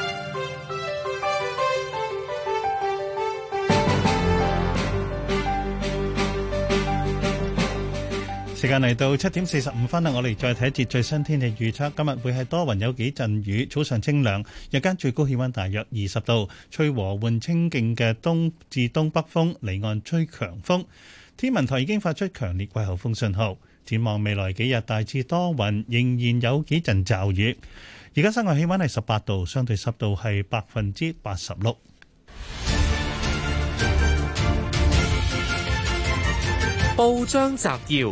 時間嚟到七點四十五分啦，我哋再睇一節最新天氣預測。今日會係多雲有幾陣雨，早上清涼，日間最高氣溫大約二十度，吹和緩清勁嘅東至東北風，離岸吹強風。天文台已經發出強烈季候風信號。展望未來幾日大致多雲，仍然有幾陣驟雨。而家室外氣溫係十八度，相對濕度係百分之八十六。 報章摘要：《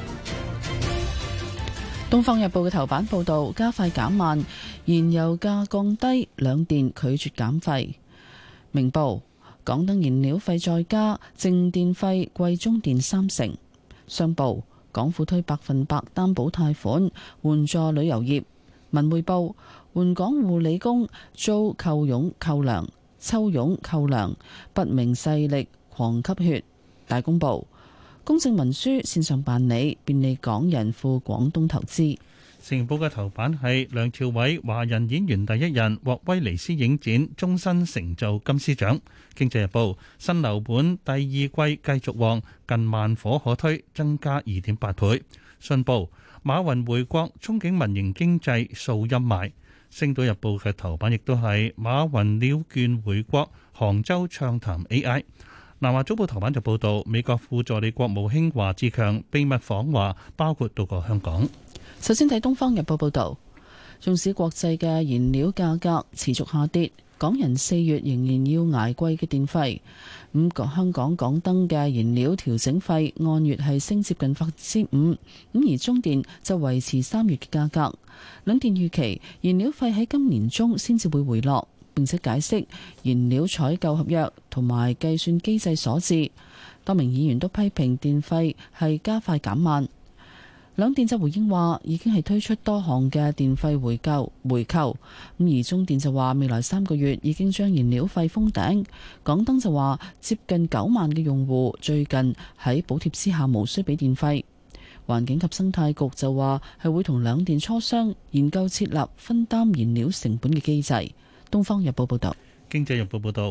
東方日報》嘅頭版報導加快減慢，燃油價降低，兩電拒絕減費。明報：港燈燃料費再加，淨電費貴中電三成。商報：港府推百分百擔保貸款援助旅遊業。文匯報：援港護理工遭扣佣扣糧，抽佣扣糧，不明勢力狂吸血。大公報：公證文書線上辦理，便利港人赴廣東投資。 成報嘅頭版係梁朝偉華人演員第一人獲威尼斯影展終身成就金獅獎。經濟日報：新樓盤第二季繼續旺，近萬伙可推，增加二點八倍。信報：馬雲回國，憧憬民營經濟掃陰霾。星島日報嘅頭版亦都係馬雲鳥倦回國，杭州暢談 A I。南華早報頭版就報道，美國副助理國務卿華志強秘密訪華，包括到過香港。 首先睇《東方日報》報道，縱使國際嘅燃料價格持續下跌，港人四月仍然要捱貴嘅電費。咁香港港燈嘅燃料調整費按月係升接近百分之五，咁而中電就維持三月嘅價格。兩電預期燃料費喺今年中先至會回落，並且解釋燃料採購合約同埋計算機制所致。多名議員都批評電費係加快減慢。兩電就回應話，已經係推出多項嘅電費回購回購，咁而中電就話未來三個月已經將燃料費封頂。港燈就話接近九萬嘅用戶最近喺補貼之下無需俾電費。環境及生態局就話係會同兩電磋商，研究設立分擔燃料成本嘅機制。東方日報報道。 經濟日報報道，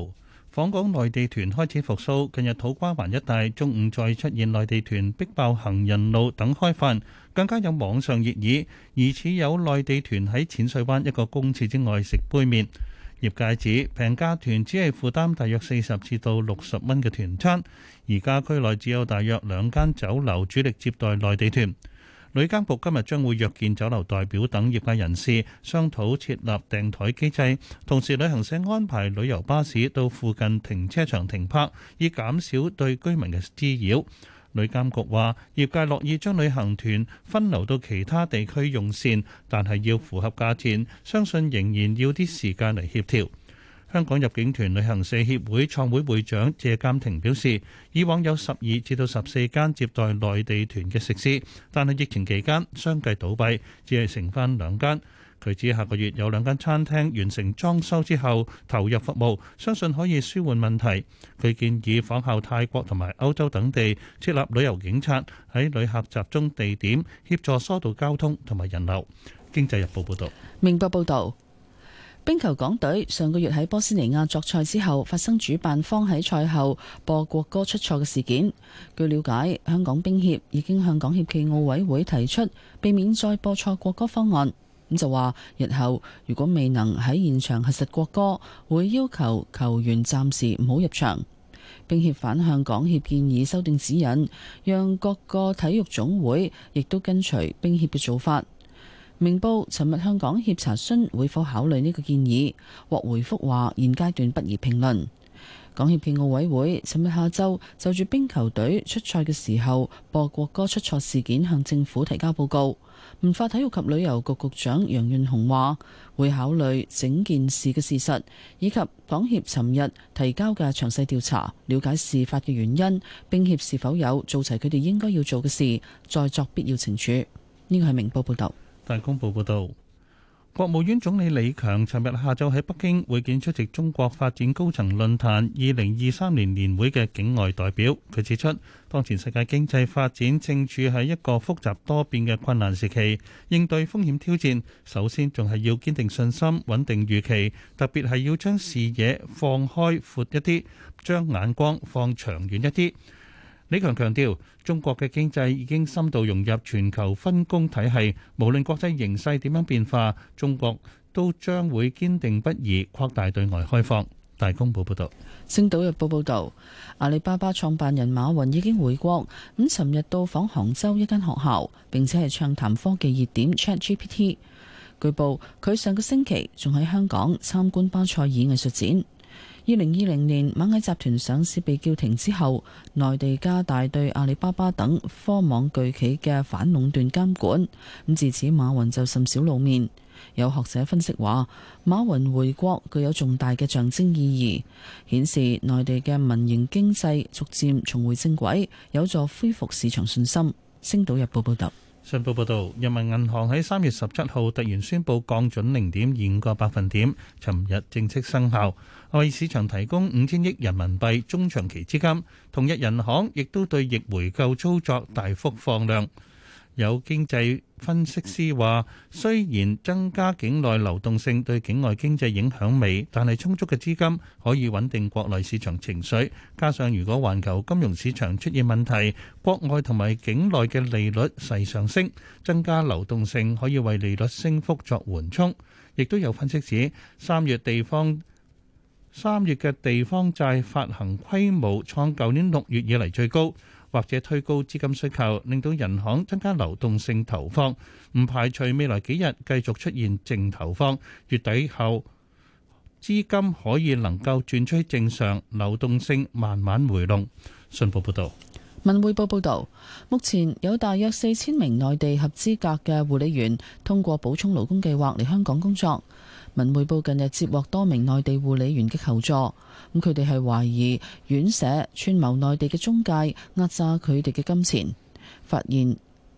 訪港內地團開始復甦，近日土瓜灣一帶中午再出現內地團逼爆行人路等開飯，更加有網上熱議，疑似有內地團喺淺水灣一個公廁之外食杯麵。業界指平價團只係負擔大約四十至到六十蚊嘅團餐，而家區內只有大約兩間酒樓主力接待內地團。旅監局今日將會約見酒樓代表等業界人士，商討設立訂台機制，同時旅行社安排旅遊巴士到附近停車場停泊，以減少對居民嘅滋擾。旅監局話，業界樂意將旅行團分流到其他地區用膳，但係要符合價錢，相信仍然要啲時間嚟協調。香港入境團旅行社協會創會會長謝鑑庭表示，以往有十二至到十四間接待內地團嘅食肆，但係疫情期間相繼倒閉，只係剩翻兩間。佢指下個月有兩間餐廳完成裝修之後投入服務，相信可以舒緩問題。佢建議仿效泰國同埋歐洲等地設立旅遊警察，喺旅客集中地點協助疏導交通同埋人流。經濟日報報導。 明報報導。冰球港隊上個月喺波斯尼亞作賽之後，發生主辦方喺賽後播國歌出錯嘅事件。據了解，香港冰協已經向港協暨奧委會提出避免再播錯國歌方案。咁就話，日後如果未能喺現場核實國歌，會要求球員暫時唔好入場。冰協反向港協建議修訂指引，讓各個體育總會亦都跟隨冰協嘅做法。明報尋日向港協查詢會否考慮呢個建議，獲回覆話現階段不宜評論。港協暨奧委會尋日下晝就住冰球隊出賽嘅時候播國歌出錯事件向政府提交報告。文化體育及旅遊局局長楊潤雄話會考慮整件事嘅事實，以及港協尋日提交嘅詳細調查，了解事發嘅原因，冰協是否有做齊佢哋應該要做嘅事，再作必要懲處。呢個係明報報導。 大公報報導，國務院總理李強尋日下晝喺北京會見出席中國發展高層論壇二零二三年年會嘅境外代表。佢指出，當前世界經濟發展正處喺一個複雜多變嘅困難時期，應對風險挑戰，首先仲係要堅定信心、穩定預期，特別係要將視野放開闊一啲，將眼光放長遠一啲。李強強調，中國嘅經濟已經深度融入全球分工體系，無論國際形勢點樣變化，中國都將會堅定不移擴大對外開放。大公報報道。 星島日報報道，阿里巴巴創辦人馬雲已經回國，咁尋日到訪杭州一間學校，並且係暢談科技熱點 ChatGPT。據報，佢上個星期仲喺香港參觀巴塞爾藝術展。二零二零年螞蟻集團上市被叫停之後，內地加大對阿里巴巴等科網巨企嘅反壟斷監管。咁自此，馬雲就甚少露面。有學者分析話，馬雲回國具有重大嘅象徵意義，顯示內地嘅民營經濟逐漸重回正軌，有助恢復市場信心。星島日報報道。 信報報導，人民銀行喺三月十七號突然宣布降準零點二五個百分點，尋日正式生效，為市場提供五千億人民幣中長期資金。同日，人行亦都對逆回購操作大幅放量。有經濟分析師話，雖然增加境內流動性對境外經濟影響微，但係充足嘅資金可以穩定國內市場情緒。加上如果環球金融市場出現問題，國外同埋境內嘅利率勢上升，增加流動性可以為利率升幅作緩衝。亦都有分析指，三月地方三月嘅地方債發行規模創舊年六月以嚟最高。或者推高資金需求，令到人行增加流動性投放，唔排除未來幾日繼續出現淨投放。月底後資金可以能夠轉趨正常，流動性慢慢回籠。信報報導。 文匯報報道，目前有大約四千名內地合資格嘅護理員通過補充勞工計劃嚟香港工作。文匯報近日接獲多名內地護理員嘅求助，咁佢哋係懷疑院舍串謀內地嘅中介壓榨佢哋嘅金錢，發現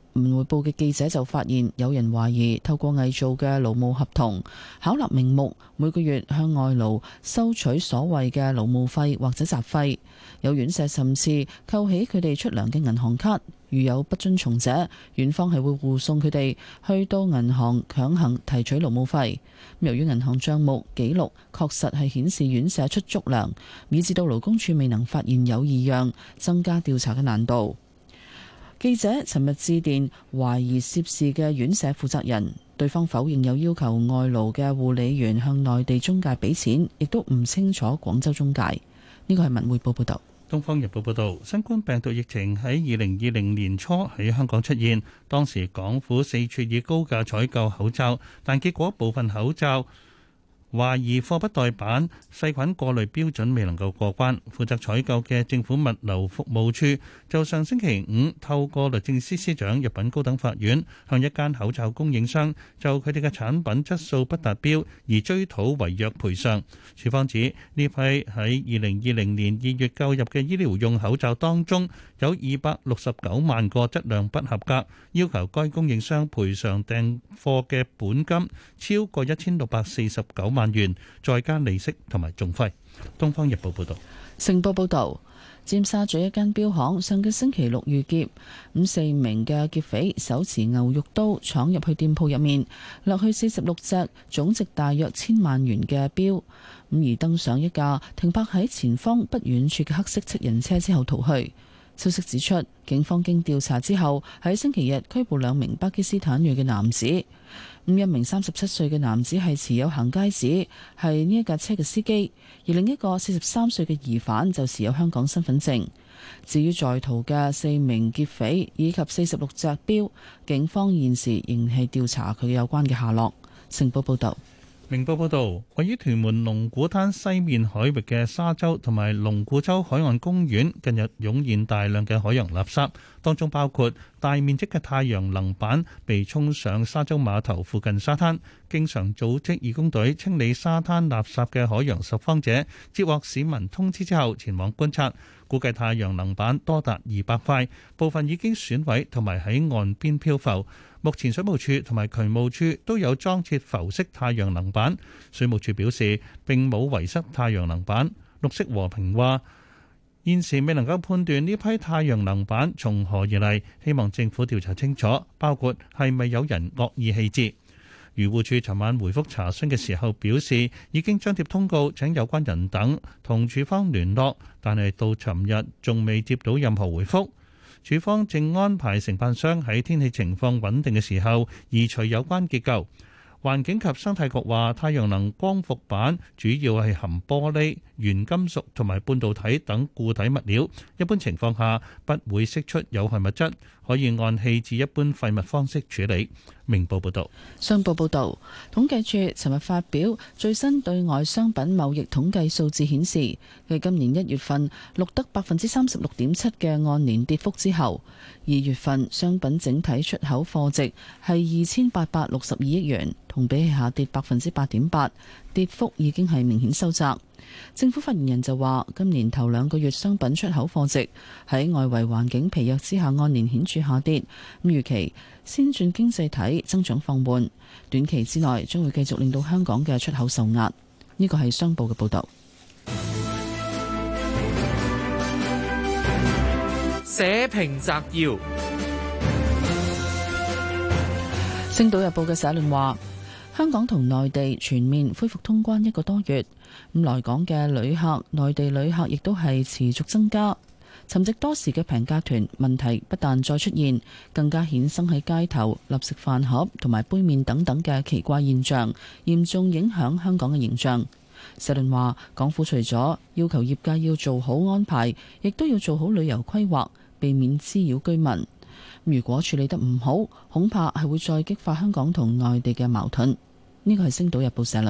文匯報嘅記者就發現有人懷疑透過偽造嘅勞務合同，巧立名目，每個月向外勞收取所謂嘅勞務費或者雜費。有院舍甚至扣起佢哋出糧嘅銀行卡，如有不遵從者，院方係會護送佢哋去到銀行強行提取勞務費。由於銀行帳目記錄確實係顯示院舍出足糧，以致到勞工處未能發現有異樣，增加調查嘅難度。記者尋日致電懷疑涉事嘅院舍負責人，對方否認有要求外勞嘅護理員向內地中介俾錢，亦都唔清楚廣州中介。呢個係文匯報報導。 《東方日報》報導，新冠病毒疫情喺二零二零年初喺香港出現，當時港府四處以高價採購口罩，但結果部分口罩懷疑貨不對版，細菌過濾標準未能夠過關。負責採購嘅政府物流服務處就上星期五透過律政司司長入禀高等法院，向一間口罩供應商就佢哋嘅產品質素不達標而追討違約賠償。處方指呢批喺二零二零年二月購入嘅醫療用口罩當中，有二百六十九萬個質量不合格，要求該供應商賠償訂貨嘅本金超過一千六百四十九萬元，再加利息同埋訟費。東方日報報道。 成報報道，尖沙咀一間錶行上個星期六遇劫，咁四名嘅劫匪手持牛肉刀闖入去店鋪入面，掠去四十六隻總值大約千萬元嘅錶，咁而登上一架停泊喺前方不遠處嘅黑色七人車之後逃去。消息指出，警方經調查之後，喺星期日拘捕兩名巴基斯坦裔嘅男子。咁一名三十七歲嘅男子係持有行街紙，係呢一架車嘅司機；而另一個四十三歲嘅疑犯就持有香港身份證。至於在逃嘅四名劫匪以及四十六隻錶，警方現時仍係調查佢有關嘅下落。成報報道。 明報報導，位於屯門龍鼓灘西面海域嘅沙洲同埋龍鼓洲海岸公園，近日湧現大量嘅海洋垃圾，當中包括大面積嘅太陽能板被沖上沙洲碼頭附近沙灘。經常組織義工隊清理沙灘垃圾嘅海洋拾荒者，接獲市民通知之後前往觀察，估計太陽能板多達二百塊，部分已經損毀同埋喺岸邊漂浮。目前水務署同埋渠務署都有裝設浮式太陽能板。水務署表示並冇遺失太陽能板。綠色和平話現時未能夠判斷呢批太陽能板從何而嚟，希望政府調查清楚，包括係咪有人惡意棄置。漁護署尋晚回覆查詢嘅時候表示，已經張貼通告請有關人等同署方聯絡，但係到尋日仲未接到任何回覆。署方正安排承辦商喺天氣情況穩定嘅時候移除有關結構。環境及生態局話，太陽能光伏板主要係含玻璃、原金屬同埋半導體等固體物料，一般情況下不會釋出有害物質，可以按棄置一般廢物方式處理。明報報道。 商報報導，統計處尋日發表最新對外商品貿易統計數字顯示，繼今年一月份錄得百分之三十六點七嘅按年跌幅之後，二月份商品整體出口貨值係二千八百六十二億元，同比下跌百分之八點八，跌幅已經係明顯收窄。政府發言人就話，今年頭兩個月商品出口貨值喺外圍環境疲弱之下，按年顯著下跌。咁預期先進經濟體增長放緩，短期之內將會繼續令到香港嘅出口受壓。呢個係商報嘅報導。 社評摘要： 星島日報嘅社論話，香港同內地全面恢復通關一個多月，咁來港嘅旅客、內地旅客亦都係持續增加。沉寂多時嘅平價團問題不但再出現，更加衍生喺街頭立食飯盒同埋杯麵等等嘅奇怪現象，嚴重影響香港嘅形象。社論話，港府除咗要求業界要做好安排，亦都要做好旅遊規劃，避免滋擾居民。如果處理得唔好，恐怕係會再激發香港同內地嘅矛盾。呢個係《星島日報》社論。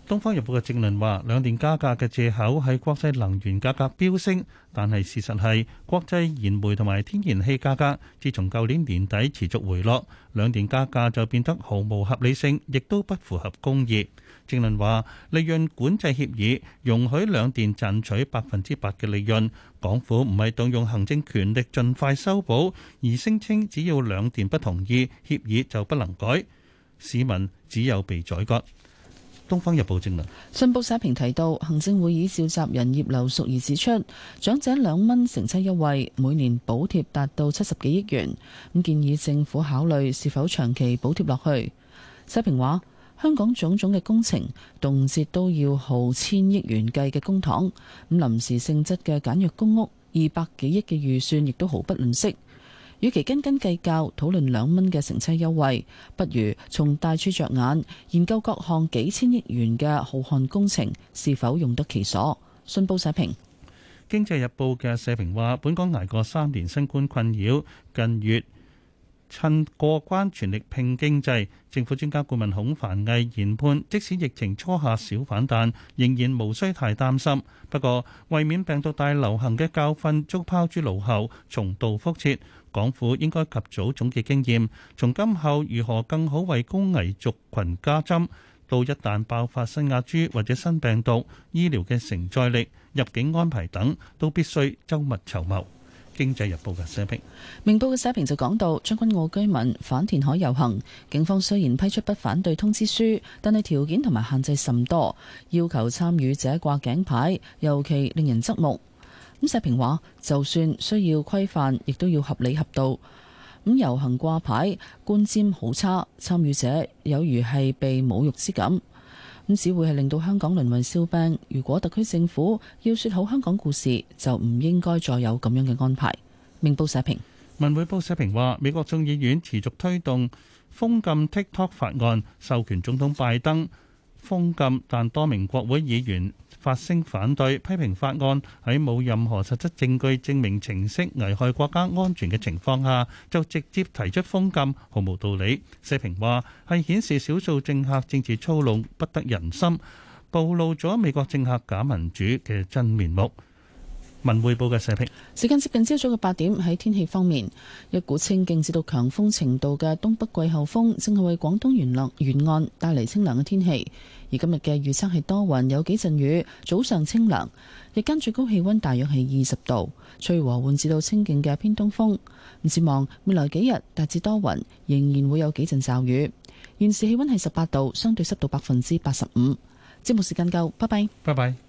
《東方日報》嘅正論話，兩電加價嘅藉口係國際能源價格飆升，但係事實係國際燃煤同埋天然氣價格自從舊年年底持續回落，兩電加價就變得毫無合理性，亦都不符合公義。正論話，利潤管制協議容許兩電賺取百分之八嘅利潤，港府唔係動用行政權力盡快修補，而聲稱只要兩電不同意，協議就不能改，市民只有被宰割。《東方日報》正論。 信報社評提到，行政會議召集人葉劉淑儀指出，長者兩蚊乘車優惠每年補貼達到七十幾億元，咁建議政府考慮是否長期補貼落去。社評話，香港種種嘅工程動輒都要耗千億元計嘅公帑，咁臨時性質嘅簡約公屋二百幾億嘅預算亦都毫不吝嗇。與其斤斤計較討論兩蚊嘅乘車優惠，不如從大處着眼，研究各項幾千億元嘅浩瀚工程是否用得其所。信報社評。《 經濟日報》嘅社評話，本港捱過三年新冠困擾，近月趁過關全力拼經濟。政府專家顧問孔繁毅研判，即使疫情初下小反彈，仍然無需太擔心。不過，為免病毒大流行嘅教訓遭拋諸腦後，重蹈覆轍，港府應該及早總結經驗，從今後如何更好為高危族群加針，到一旦爆發新亞株或者新病毒，醫療嘅承載力、入境安排等都必須周密籌謀。經濟日報嘅社評。 明報嘅社評就講到，將軍澳居民反填海遊行，警方雖然批出不反對通知書，但係條件同埋限制甚多，要求參與者掛頸牌，尤其令人側目。咁社評話，就算需要規範，亦都要合理合道。咁遊行掛牌，觀瞻好差，參與者有如係被侮辱之感。咁只會係令到香港淪為笑柄。如果特區政府要說好香港故事，就唔應該再有咁樣嘅安排。明報社評。 文匯報社評話，美國眾議院持續推動封禁 TikTok 法案，授權總統拜登封禁，但多名國會議員發聲反對，批評法案喺冇任何實質證據證明程式危害國家安全嘅情況下，就直接提出封禁，毫無道理。社評話係顯示少數政客政治操弄不得人心，暴露咗美國政客假民主嘅真面目。文匯報嘅社評。 時間接近朝早嘅八點，喺天氣方面，一股清勁至到強風程度嘅東北季候風正係為廣東沿岸沿岸帶嚟清涼嘅天氣。而今日嘅預測係多雲，有幾陣雨，早上清涼，日間最高氣溫大約係二十度，吹和緩至到清勁嘅偏東風。唔展望未來幾日大致多雲，仍然會有幾陣驟雨。現時氣溫係十八度，相對濕度百分之八十五。節目時間夠，拜拜。 拜拜。